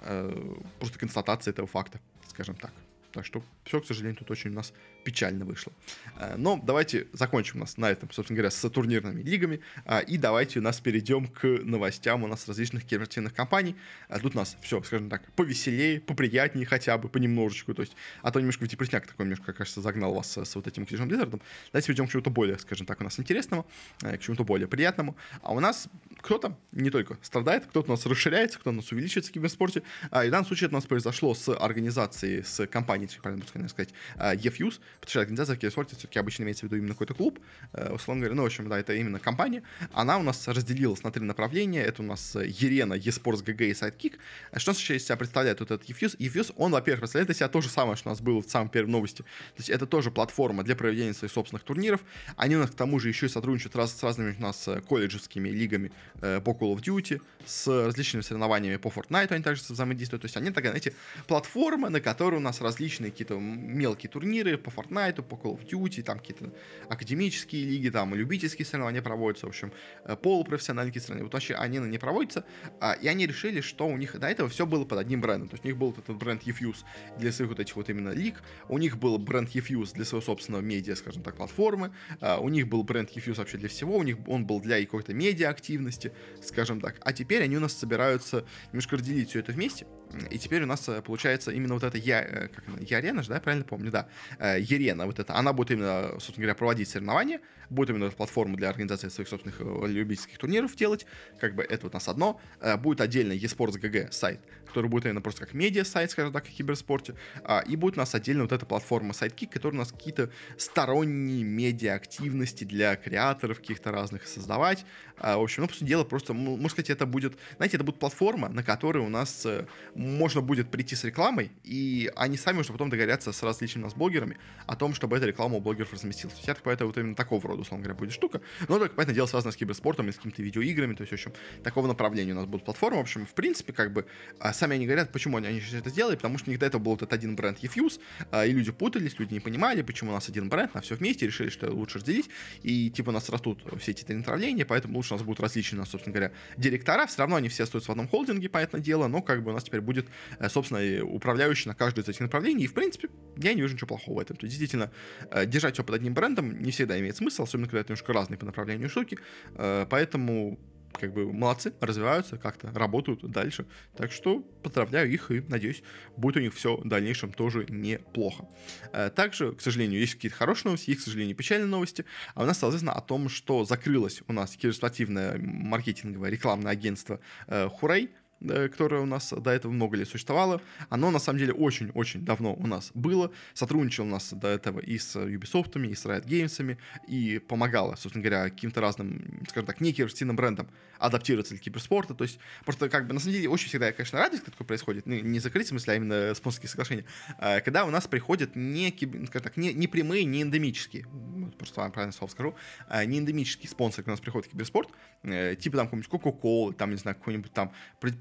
просто констатация этого факта, скажем так. Так что все, к сожалению, тут очень у нас печально вышло. Но давайте закончим у нас на этом, собственно говоря, с турнирными лигами. И давайте у нас перейдем к новостям у нас различных киберспортивных компаний. Тут у нас все, скажем так, повеселее, поприятнее хотя бы, понемножечку. То есть, а то немножко в депрессняк такой немножко, кажется, загнал вас с вот этим Activision Blizzard. Давайте перейдем к чему-то более, скажем так, у нас интересному, к чему-то более приятному. А у нас кто-то не только страдает, кто-то у нас расширяется, кто-то у нас увеличивается в киберспорте. И в данном случае это у нас произошло с организацией, с компанией, правильно сказать, eFuse, потому что организация в киберспорте все-таки обычно имеется в виду именно какой-то клуб, условно говоря, ну, в общем, да, это именно компания. Она у нас разделилась на 3 направления. Это у нас Ерена, eSports GG и Sidekick. Что из себя представляет вот этот eFuse? eFuse, он, во-первых, представляет из себя то же самое, что у нас было в самой первой новости. То есть это тоже платформа для проведения своих собственных турниров. Они у нас, к тому же, еще и сотрудничают с разными у нас колледжевскими лигами по Call of Duty, с различными соревнованиями по Fortnite они также взаимодействуют. То есть они, такая, знаете, платформа, на которой у нас различные какие-то мелкие турниры по Fortnite, по Call of Duty, там какие-то академические лиги, там любительские соревнования проводятся, в общем, полупрофессиональные соревнования. Вот вообще они не проводятся, и они решили, что у них до этого все было под одним брендом. То есть у них был этот бренд eFuse для своих вот этих вот именно лиг, у них был бренд eFuse для своего собственного медиа, скажем так, платформы, у них был бренд eFuse вообще для всего, у них он был для какой-то медиа-активности, скажем так. А теперь они у нас собираются немножко разделить все это вместе. И теперь у нас получается именно вот эта Ярена же, да, правильно помню, да, Ерена, вот это, она будет именно, собственно говоря, проводить соревнования, будет именно платформу для организации своих собственных любительских турниров делать, как бы это вот у нас одно, будет отдельно eSports GG сайт, который будет именно просто как медиа-сайт, скажем так, о киберспорте, и будет у нас отдельно вот эта платформа Sidekick, которая у нас какие-то сторонние медиа-активности для креаторов каких-то разных создавать, в общем, ну, по сути дела, просто, можно сказать, это будет, знаете, это будет платформа, на которой у нас можно будет прийти с рекламой, и они сами уже потом договорятся с различными у нас блогерами о том, чтобы эта реклама у блогеров разместилась. То есть, я так понимаю, это вот именно такого рода, условно говоря, будет штука, но только, понятное дело, связано с киберспортом и с какими-то видеоиграми, то есть, в общем, такого направления у нас будет платформа, в общем, в принципе, как бы, сами они говорят, почему они сейчас это сделали, потому что у них до этого был вот этот один бренд eFuse, и люди путались, люди не понимали, почему у нас один бренд, на все вместе, решили, что лучше разделить, и, типа, у нас растут все эти 3 направления, поэтому лучше у нас будут различные, собственно говоря, директора, все равно они все остаются в одном холдинге, понятное дело, но, как бы, у нас теперь будет, собственно, управляющий на каждое из этих направлений, и, в принципе, я не вижу ничего плохого в этом. То есть, действительно, держать все под одним брендом не всегда имеет смысл, особенно, когда это немножко разные по направлению штуки, поэтому, как бы, молодцы, развиваются как-то, работают дальше, так что поздравляю их и, надеюсь, будет у них все в дальнейшем тоже неплохо. Также, к сожалению, есть какие-то хорошие новости, есть, к сожалению, печальные новости, а у нас, соответственно, о том, что закрылось у нас киберспортивное маркетинговое рекламное агентство Hooray, которое у нас до этого много лет существовало, оно на самом деле очень-очень давно у нас было, сотрудничало у нас до этого и с Ubisoft, и с Riot Games, и помогало, собственно говоря, каким-то разным, скажем так, не киберспортивным брендам адаптироваться для киберспорта, то есть просто как бы на самом деле очень всегда, конечно, радость, когда такое происходит, ну, не закрыть в смысле, а именно спонсорские соглашения, когда у нас приходят не прямые, не эндемические, просто вам правильно слово скажу, не эндемические спонсоры, когда у нас приходит киберспорт, типа там какой-нибудь Coca-Cola, там, не знаю, какой-нибудь там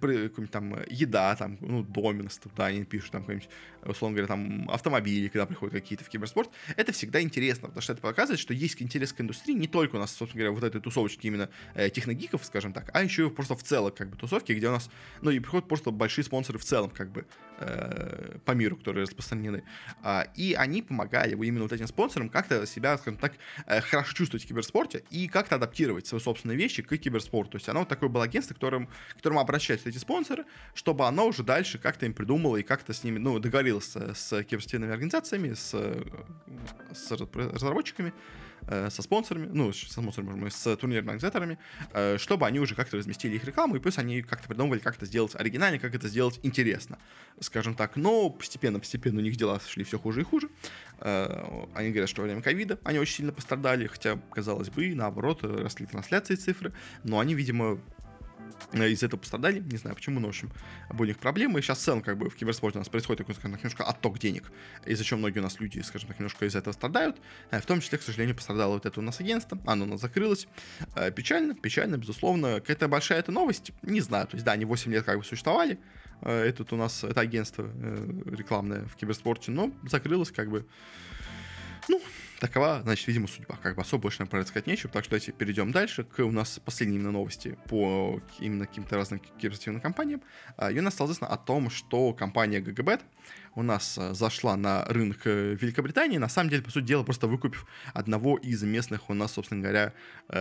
какая-нибудь там еда, там, ну, Доминос, да, они пишут, там, какой-нибудь, условно говоря, там, автомобили, когда приходят какие-то в киберспорт, это всегда интересно, потому что это показывает, что есть интерес к индустрии не только у нас, собственно говоря, вот этой тусовочки именно техногиков, скажем так, а еще и просто в целом, как бы, тусовки, где у нас, ну, и приходят просто большие спонсоры в целом, как бы, по миру, которые распространены. И они помогали именно вот этим спонсорам как-то себя, скажем так, хорошо чувствовать в киберспорте и как-то адаптировать свои собственные вещи к киберспорту. То есть оно вот такое было агентство, к которому обращаются эти спонсоры, чтобы оно уже дальше как-то им придумало и как-то с ними, ну, договорилось с киберспортивными организациями, с разработчиками, со спонсорами, ну, со спонсорами, с турнирными организаторами, чтобы они уже как-то разместили их рекламу, и плюс они как-то придумывали, как это сделать оригинально, как это сделать интересно, скажем так. Но постепенно у них дела шли все хуже и хуже. Они говорят, что во время ковида они очень сильно пострадали, хотя, казалось бы, наоборот, росли трансляции цифры, но они, видимо, из-за этого пострадали, не знаю почему, но, в общем, были у них проблемы. И сейчас в целом, как бы, в киберспорте у нас происходит такой, скажем так, немножко отток денег, из-за чего многие у нас люди, скажем так, немножко из-за этого страдают. В том числе, к сожалению, пострадало вот это у нас агентство, оно у нас закрылось. Печально, безусловно. Какая-то большая эта новость, не знаю. То есть, да, они 8 лет как бы существовали, это агентство рекламное в киберспорте, но закрылось, как бы, ну, такова, значит, видимо, судьба. Как бы особо больше, наверное, сказать нечего. Так что давайте перейдем дальше к у нас последние именно новости по именно каким-то разным киберспортивным компаниям. И у нас стало известно о том, что компания GGBet у нас зашла на рынок Великобритании. На самом деле, по сути дела, просто выкупив одного из местных у нас, собственно говоря,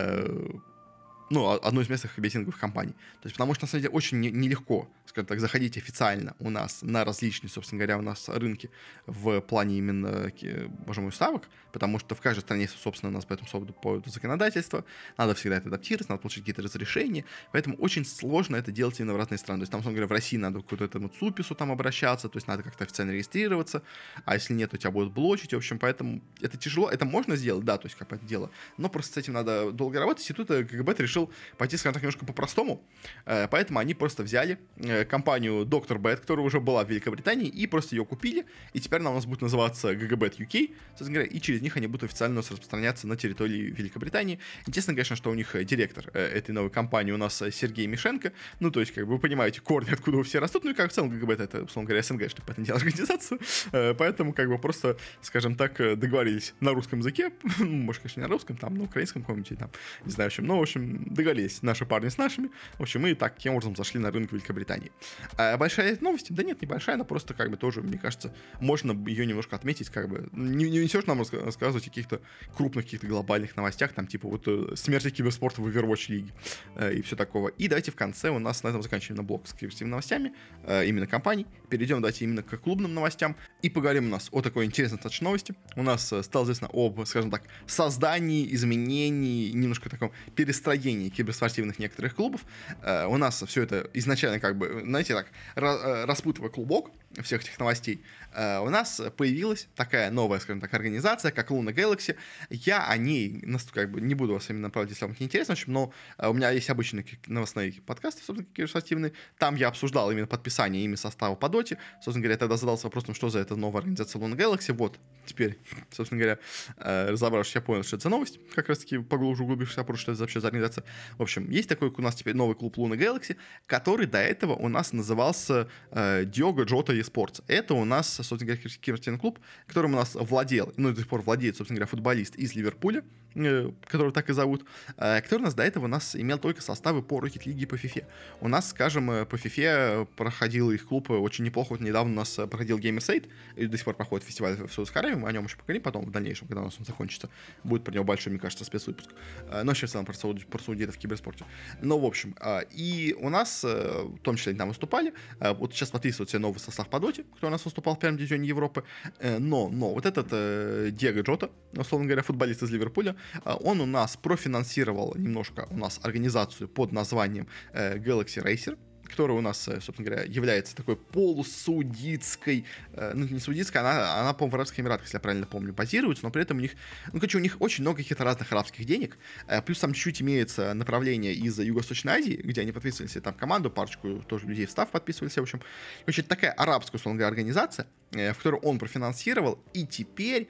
одну из местных беттинговых компаний. То есть, потому что, на самом деле, очень нелегко, скажем так, заходить официально у нас на различные, собственно говоря, у нас рынки в плане именно, боже мой, ставок, потому что в каждой стране, собственно, у нас по этому поводу законодательство, надо всегда это адаптировать, надо получить какие-то разрешения, поэтому очень сложно это делать именно в разные страны. То есть, там, собственно говоря, в России надо к какому-то этому ЦУПИСу там обращаться, то есть, надо как-то официально регистрироваться, а если нет, то тебя будут блочить, в общем, поэтому это тяжело, это можно сделать, да, то есть, как это дело, но просто с этим надо долго работать, и тут ГГБ решил пойти, скажем так, немножко по-простому, поэтому они просто взяли компанию Dr. Bet, которая уже была в Великобритании, и просто ее купили, и теперь она у нас будет называться GGBet UK, собственно говоря, и через них они будут официально у нас распространяться на территории Великобритании. Интересно, конечно, что у них директор этой новой компании у нас Сергей Мишенко, ну, то есть, как бы, вы понимаете, корни, откуда все растут, ну, и как в целом GGBet, это, условно говоря, СНГ, чтобы это не организация, поэтому, как бы, просто, скажем так, договорились на русском языке, может, конечно, не на русском, там, на украинском каком-нибудь, там, не знаю, в общем, но, в общем, договорились наши парни с нашими, в общем, мы так, таким образом зашли на рынок Великобритании. Большая новость? Да нет, небольшая, она просто, как бы, тоже, мне кажется, можно ее немножко отметить, как бы, не все же нам рассказывать о каких-то крупных, каких-то глобальных новостях, там, типа, вот, смерти киберспорта в Overwatch лиге и все такого. И давайте в конце у нас на этом заканчиваем блок с киберспортивными новостями, именно компаний. Перейдем, давайте, именно к клубным новостям и поговорим у нас о такой интересной достаточно новости. У нас стало известно об, скажем так, создании, изменении, немножко таком перестроении киберспортивных некоторых клубов. У нас все это изначально, как бы, знаете, так, распутывая клубок всех этих новостей, у нас появилась такая новая, скажем так, организация, как Luna Galaxy. Я о ней, как бы, не буду вас именно направлять, если вам это интересно, в общем, но у меня есть обычный новостной подкаст, собственно, киберспортивный. Там я обсуждал именно подписание ими состава по доте. Собственно говоря, я тогда задался вопросом, что за эта новая организация Luna Galaxy. Вот, теперь, собственно говоря, разобравшись, я понял, что это за новость, как раз-таки поглубже углубившись, что это вообще за организация. В общем, есть такой у нас теперь новый клуб Luna Galaxy, который до этого у нас назывался Diogo Jota eSports. Это у нас, собственно говоря, киберспортивный клуб, которым у нас владел, ну, до сих пор владеет, собственно говоря, футболист из Ливерпуля, которого так и зовут, который у нас до этого у нас имел только составы по Rocket League и по FIFA. У нас, скажем, по FIFA проходил их клуб очень неплохо. Вот недавно у нас проходил Gamerside, и до сих пор проходит фестиваль в Саудовской Аравии, мы о нем еще поговорим потом, в дальнейшем, когда у нас он закончится. Будет про него большой, мне кажется, спецвыпуск. Но сейчас в целом про саудитов в киберспорте. Но, в общем, и у нас, в том числе, они там выступали. Вот сейчас подписывают себе новый состав по доте, кто у нас выступал в первом дивизионе Европы. Но вот этот Диего Джота, условно говоря, футболист из Ливерпуля, он у нас профинансировал немножко у нас организацию под названием Galaxy Racer, которая у нас, собственно говоря, является такой полусаудитской, ну, не саудитской, она по-моему, в Арабских Эмиратах, если я правильно помню, базируется, но при этом у них, ну, короче, у них очень много каких-то разных арабских денег, плюс там чуть-чуть имеется направление из Юго-Восточной Азии, где они подписывали себе там команду, парочку тоже людей в став подписывали себе, в общем, очень такая арабская, условно говоря, организация, в которую он профинансировал, и теперь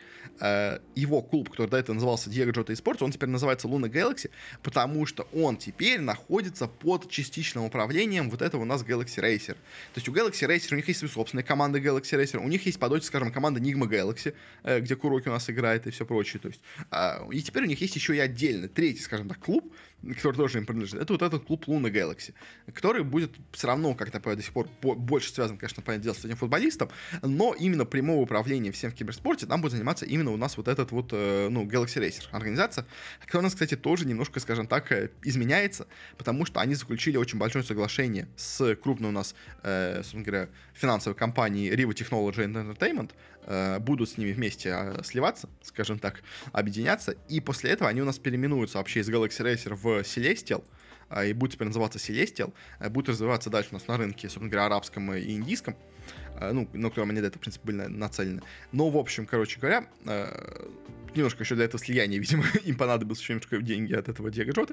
его клуб, который до этого назывался Diego Jota eSports, он теперь называется Luna Galaxy, потому что он теперь находится под частичным управлением вот этого у нас Galaxy Racer. То есть у Galaxy Racer, у них есть свои собственные команды Galaxy Racer, у них есть по доте, скажем, команда Nigma Galaxy, где Куроки у нас играет и все прочее. То есть, и теперь у них есть еще и отдельный, третий, скажем так, клуб, который тоже им принадлежит. Это вот этот клуб Luna Galaxy, который будет все равно как-то до сих пор больше связан, конечно, понятное дело, с этим футболистом, но именно прямого управления всем в киберспорте там будет заниматься именно у нас вот этот вот, Galaxy Racer организация, которая у нас, кстати, тоже немножко, скажем так, изменяется, потому что они заключили очень большое соглашение с крупной у нас, собственно говоря, финансовой компанией Riva Technology and Entertainment, будут с ними вместе сливаться, скажем так, объединяться, и после этого они у нас переименуются вообще из Galaxy Racer в Celestial, и будет теперь называться Celestial, будет развиваться дальше у нас на рынке, собственно говоря, арабском и индийском, на котором они до этого, в принципе, были нацелены. Но, в общем, короче говоря, немножко еще для этого слияния, видимо, им понадобилось еще немножко деньги от этого Диего Джоты.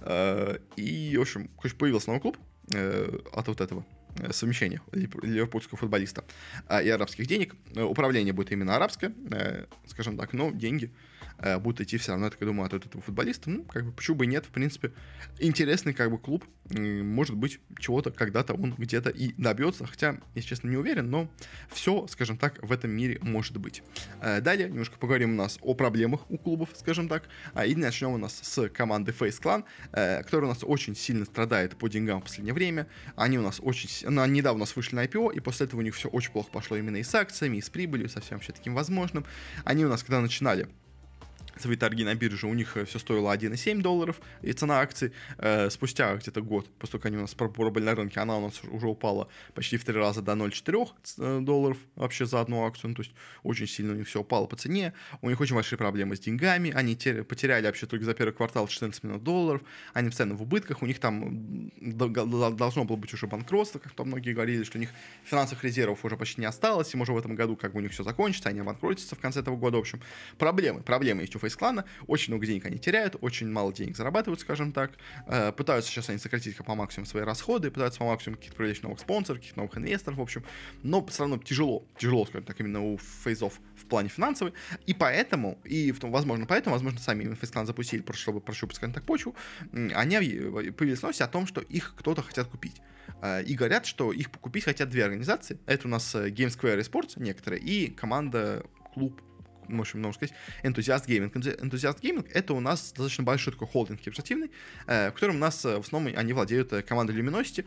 И, в общем, появился новый клуб от вот этого совмещения ливерпульского футболиста и арабских денег. Управление будет именно арабское, скажем так, но деньги будут идти все равно, я так думаю, от этого футболиста. Почему бы и нет, в принципе, интересный, клуб. Может быть, чего-то когда-то он где-то и добьется, хотя, если честно, не уверен, но все, скажем так, в этом мире может быть. Далее немножко поговорим у нас о проблемах у клубов, скажем так, и начнем у нас с команды Face Clan, которая у нас очень сильно страдает по деньгам в последнее время. Они у нас недавно у нас вышли на IPO, и после этого у них все очень плохо пошло именно и с акциями, и с прибылью, со всем вообще таким возможным. Они у нас, когда начинали свои торги на бирже, у них все стоило $1,7, и цена акций спустя где-то год, после того, как они у нас пробовали на рынке, она у нас уже упала почти в 3 раза до $0,4 вообще за одну акцию, то есть очень сильно у них все упало по цене, у них очень большие проблемы с деньгами, они потеряли вообще только за первый квартал $14 миллионов, они постоянно в убытках, у них там должно было быть уже банкротство, как там многие говорили, что у них финансовых резервов уже почти не осталось, и может в этом году у них все закончится, они обанкротятся в конце этого года, в общем, проблемы есть у Face Clan, очень много денег они теряют, очень мало денег зарабатывают, скажем так, пытаются сейчас они сократить по максимуму свои расходы, пытаются по максимуму каких-то привлечь новых спонсоров, каких-то новых инвесторов, в общем, но все равно тяжело, скажем так, именно у фейзов в плане финансовой, и поэтому, возможно, сами именно Face Clan запустили, просто чтобы прощупать, скажем так, почву, они появились новости о том, что их кто-то хотят купить. И говорят, что их купить хотят две организации. Это у нас Game Square Esports некоторые и команда, клуб, можно сказать, Enthusiast Gaming. Enthusiast Gaming — это у нас достаточно большой такой холдинг киберспортивный, в котором у нас в основном они владеют командой Luminosity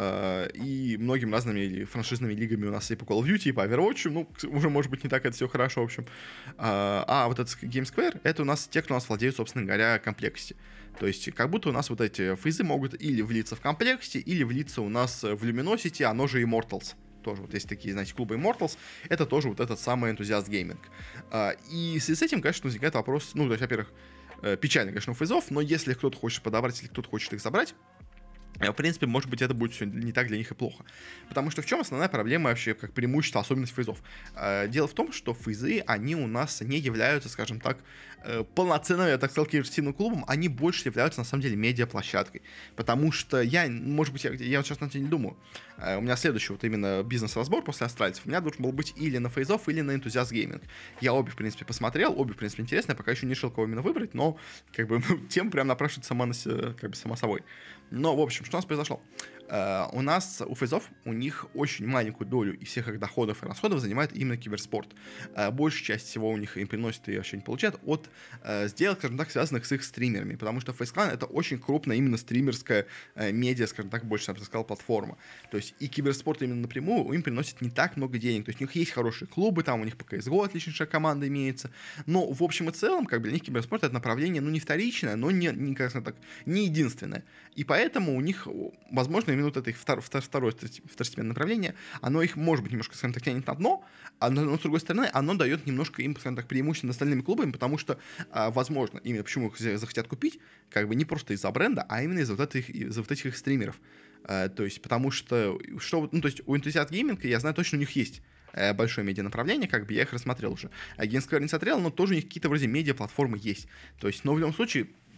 и многими разными франшизными лигами у нас и по Call of Duty, и по Overwatch, уже может быть не так это все хорошо, в общем. А вот этот Game Square — это у нас те, кто у нас владеют, собственно говоря, Complexity. То есть как будто у нас вот эти фейзы могут или влиться в Complexity, или влиться у нас в Luminosity, оно же Immortals. Тоже вот есть такие, знаете, клубы Immortals, это тоже вот этот самый Enthusiast Gaming. И в связи с этим, конечно, возникает вопрос, то есть, во-первых, печально, конечно, у фейзов, но если кто-то хочет подобрать, или кто-то хочет их забрать, в принципе, может быть, это будет все не так для них и плохо. Потому что в чем основная проблема вообще, как преимущество, особенность фейзов? Дело в том, что фейзы, они у нас не являются, скажем так, полноценным, я так сказал, киберспортивным клубом, они больше являются, на самом деле, медиаплощадкой. Потому что я вот сейчас на это не думаю. У меня следующий вот именно бизнес-разбор после австралийцев. У меня должен был быть или на фейзов, или на Enthusiast Gaming. Я обе, в принципе, посмотрел, обе, в принципе, интересные, пока еще не решил, кого именно выбрать, но, тем прям напрашивается сама собой. Но, в общем, что у нас произошло? У нас, у фейзов, у них очень маленькую долю из всех их доходов и расходов занимает именно киберспорт. Большая часть всего у них им приносит и вообще не получают от сделок, скажем так, связанных с их стримерами, потому что Face Clan — это очень крупная именно стримерская медиа, скажем так, больше, я бы сказал, платформа. То есть и киберспорт именно напрямую им приносит не так много денег. То есть у них есть хорошие клубы, там у них по CSGO отличнейшая команда имеется, но в общем и целом, для них киберспорт — это направление, не вторичное, но не единственное. И поэтому у них, возможно, именно вот это их второе второстепенное направление, оно их, может быть, немножко, скажем так, тянет на дно, но, с другой стороны, оно дает немножко им, скажем так, преимущество над остальными клубами, потому что, возможно, именно почему их захотят купить, не просто из-за бренда, а именно из-за вот этих их стримеров. То есть, потому что, то есть у Enthusiast Gaming, я знаю точно, у них есть большое медиа-направление, я их рассмотрел уже. Game Square не смотрел, но тоже у них какие-то вроде медиа-платформы есть. То есть, но в любом случае,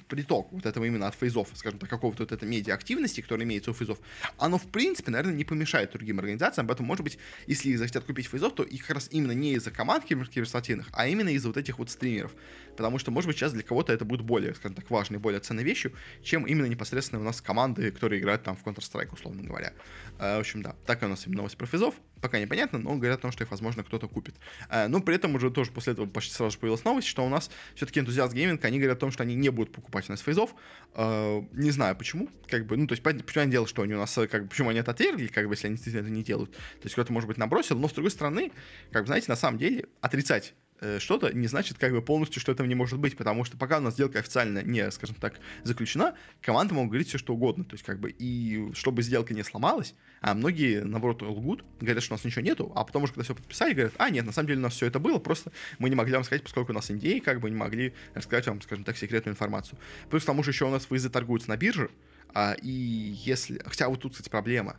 приток вот этого именно от фейзов, скажем так, какого-то вот этой медиа-активности, которая имеется у фейзов, оно, в принципе, наверное, не помешает другим организациям. Поэтому, может быть, если их захотят купить фейзов, то их как раз именно не из-за команд киберспортивных, а именно из-за вот этих вот стримеров. Потому что, может быть, сейчас для кого-то это будет более, скажем так, важной, более ценной вещью, чем именно непосредственно у нас команды, которые играют там в Counter-Strike, условно говоря. В общем, да, такая у нас именно новость про фейзов. Пока непонятно, но говорят о том, что их, возможно, кто-то купит. Но при этом уже тоже после этого почти сразу же появилась новость, что у нас все-таки Enthusiast Gaming, они говорят о том, что они не будут покупать у нас фейзов. Не знаю почему, как бы, ну, то есть, почему они делают, что они у нас, как бы, почему они это отвергли, как бы, если они действительно это не делают. То есть, кто-то, может быть, набросил, но, с другой стороны, как бы, знаете, на самом деле, отрицать что-то не значит как бы полностью, что этого не может быть, потому что пока у нас сделка официально не, скажем так, заключена, команды могут говорить все, что угодно, то есть как бы, и чтобы сделка не сломалась, а многие, наоборот, лгут, говорят, что у нас ничего нету, а потом уже, когда все подписали, говорят, нет, на самом деле у нас все это было, просто мы не могли вам сказать, поскольку у нас NDA, как бы не могли рассказать вам, скажем так, секретную информацию. Плюс к тому же еще у нас фейзы торгуются на бирже, и если, хотя вот тут, кстати, проблема.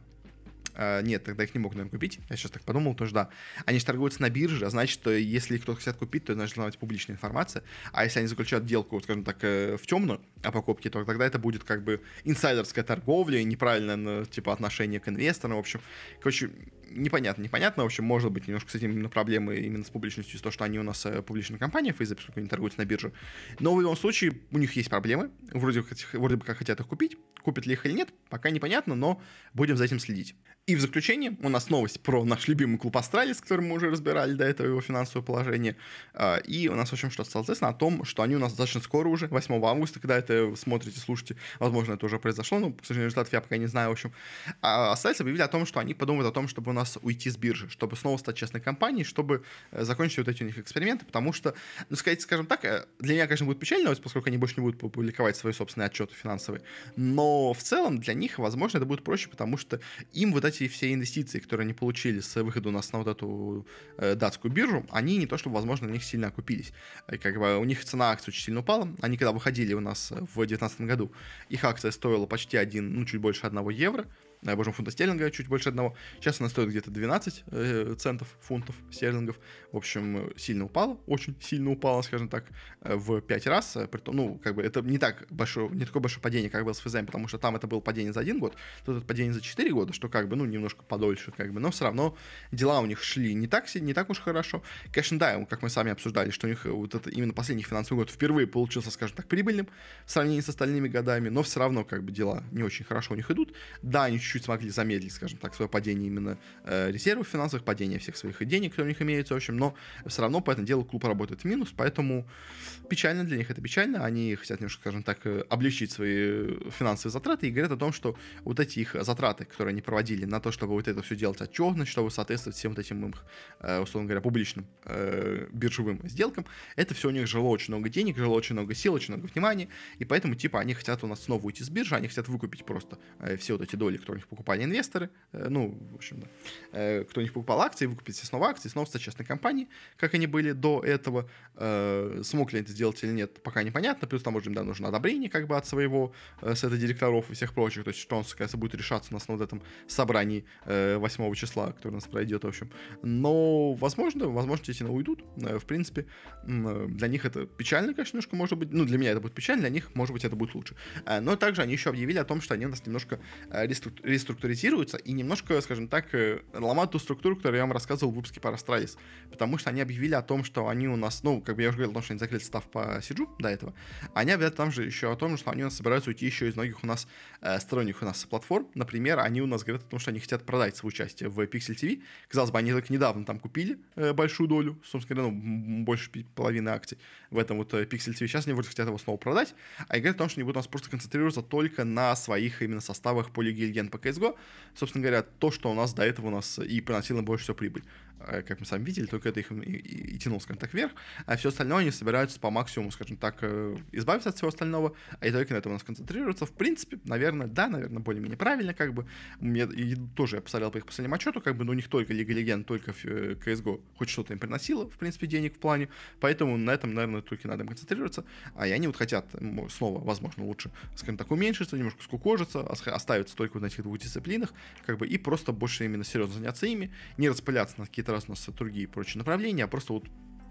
Нет, тогда их не могут, наверное, купить. Я сейчас так подумал, тоже да. Они же торгуются на бирже, а значит, что если кто-то хотят купить, то это должна быть публичная информация. А если они заключают делку, скажем так, в темную о покупке, то тогда это будет как бы инсайдерская торговля, неправильное, типа, отношение к инвесторам. В общем, короче, непонятно. В общем, может быть немножко с этим именно проблемы именно с публичностью, из-за того, что они у нас публичная компания, Facebook, поскольку они торгуются на бирже. Но в любом случае у них есть проблемы. Вроде бы как хотят их купить. Купят ли их или нет, пока непонятно, но будем за этим следить. И в заключение у нас новость про наш любимый клуб Астралис, который мы уже разбирали до этого, его финансовое положение. И у нас, в общем, что стало известно о том, что они у нас достаточно скоро уже, 8 августа, когда это смотрите, слушайте, возможно, это уже произошло, но, к сожалению, результатов я пока не знаю, в общем. Астралис объявили о том, что они подумают о том, чтобы у нас уйти с биржи, чтобы снова стать честной компанией, чтобы закончить вот эти у них эксперименты, потому что, ну, сказать, скажем так, для меня, конечно, будет печально, поскольку они больше не будут публиковать свои собственные отчеты финансовые, но в целом для них, возможно, это будет проще, потому что им вот эти все инвестиции, которые они получили с выхода у нас на вот эту датскую биржу, они не то чтобы, возможно, на них сильно окупились. Как бы у них цена акций очень сильно упала. Они когда выходили у нас в 2019 году, их акция стоила почти чуть больше 1 евро. Фунта стерлинга чуть больше 1. Сейчас она стоит где-то 12 фунтов стерлингов. В общем, сильно упала, очень сильно упала, скажем так, в 5 раз. Притом, ну, как бы это не такое большое падение, как было с ФЗМ, потому что там это было падение за 1 год, тут это падение за 4 года, что как бы, ну, немножко подольше, как бы, но все равно дела у них шли не так уж хорошо. Конечно, да, как мы сами обсуждали, что у них вот это именно последний финансовый год впервые получился, скажем так, прибыльным в сравнении с остальными годами, но все равно, как бы, дела не очень хорошо у них идут. Да, они чуть-чуть смогли замедлить, скажем так, свое падение именно резервов финансовых, падение всех своих денег, которые у них имеются, в общем, но все равно по этому делу клуб работает в минус, поэтому печально для них, это печально, они хотят немножко, скажем так, облегчить свои финансовые затраты и говорят о том, что вот эти их затраты, которые они проводили на то, чтобы вот это все делать отчетно, чтобы соответствовать всем вот этим их, условно говоря, публичным биржевым сделкам, это все у них жило очень много денег, жило очень много сил, очень много внимания, и поэтому, типа, они хотят у нас снова уйти с биржи, они хотят выкупить просто все вот эти доли, которые у них покупали инвесторы, ну, в общем, да, кто у них покупал акции, выкупить снова акции, снова стать частной компанией, как они были до этого. Смог ли это сделать или нет, пока непонятно, плюс там уже, да, нужно одобрение как бы от своего совета директоров и всех прочих, то есть что он, кажется, будет решаться у нас на вот этом собрании 8 числа, которое у нас пройдет, в общем. Но, возможно, действительно уйдут, в принципе, для них это печально, конечно, немножко, может быть, ну, для меня это будет печально, для них, может быть, это будет лучше. Но также они еще объявили о том, что они у нас немножко реструктуризируются и немножко, скажем так, ломают ту структуру, которую я вам рассказывал в выпуске по Астралис, потому что они объявили о том, что они у нас, ну, как бы я уже говорил о том, что они закрыли состав по Сиджу до этого, они объявляют там же еще о том, что они у нас собираются уйти еще из многих у нас сторонних у нас платформ. Например, они у нас говорят о том, что они хотят продать свое участие в Pixel TV. Казалось бы, они только недавно там купили большую долю, собственно говоря, ну, больше половины акций в этом вот Pixel TV. Сейчас они вроде хотят его снова продать, а они говорят о том, что они будут у нас просто концентрироваться только на своих именно составах по Лиге Легенд по CSGO. Собственно говоря, то, что у нас до этого у нас и приносило больше всего прибыль. Как мы сами видели, только это их и тянуло, скажем так, вверх, а все остальное они собираются по максимуму, скажем так, избавиться от всего остального, и только на этом у нас концентрироваться. В принципе, наверное, более-менее правильно, как бы. И тоже я посмотрел по их последнему отчету, как бы, ну, у них только Лига Легенд, только в CSGO хоть что-то им приносило, в принципе, денег в плане, поэтому на этом, наверное, только надо им концентрироваться, и они вот хотят снова, возможно, лучше, скажем так, уменьшиться, немножко скукожиться, оставиться только в этих двух дисциплинах, как бы, и просто больше именно серьезно заняться ими, не распыляться на какие-то раз у нас другие и прочие направления, а просто вот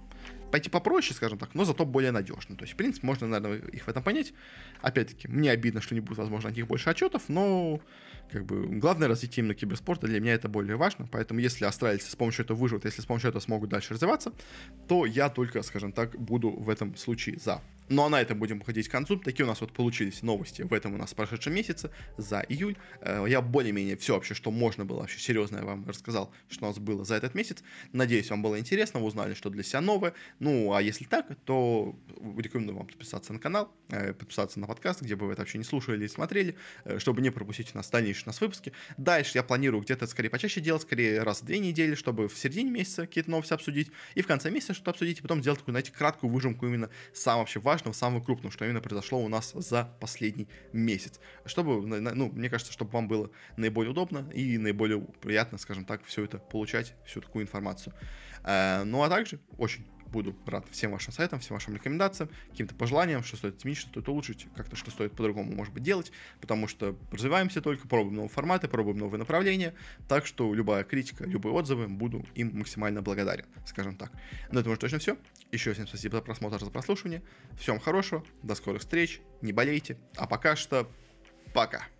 пойти попроще, скажем так, но зато более надежно. То есть, в принципе, можно, наверное, их в этом понять. Опять-таки, мне обидно, что не будет, возможно, от них больше отчетов, но как бы главное развитие именно киберспорта, для меня это более важно. Поэтому, если австралийцы с помощью этого выживут, если с помощью этого смогут дальше развиваться, то я только, скажем так, буду в этом случае за. Ну а на этом будем уходить к концу. Такие у нас вот получились новости в этом у нас прошедшем месяце за июль. Я более-менее все вообще, что можно было вообще серьезно, я вам рассказал, что у нас было за этот месяц. Надеюсь, вам было интересно, вы узнали, что для себя новое. Ну, а если так, то рекомендую вам подписаться на канал, подписаться на подкаст, где бы вы это вообще не слушали или смотрели, чтобы не пропустить у нас дальнейшие у нас выпуски. Дальше я планирую где-то скорее почаще делать, скорее раз в 2 недели, чтобы в середине месяца какие-то новости обсудить, и в конце месяца что-то обсудить, и потом сделать такую, знаете, краткую выжимку именно самого вообще важного, самого крупного, что именно произошло у нас за последний месяц. Чтобы, ну, мне кажется, чтобы вам было наиболее удобно и наиболее приятно, скажем так, все это получать, всю такую информацию. Ну, а также очень буду рад всем вашим советам, всем вашим рекомендациям, каким-то пожеланиям, что стоит изменить, что стоит улучшить, как-то что стоит по-другому, может быть, делать, потому что развиваемся только, пробуем новые форматы, пробуем новые направления, так что любая критика, любые отзывы, буду им максимально благодарен, скажем так. На этом уже точно все. Еще всем спасибо за просмотр, за прослушивание. Всем хорошего, до скорых встреч, не болейте, а пока что пока.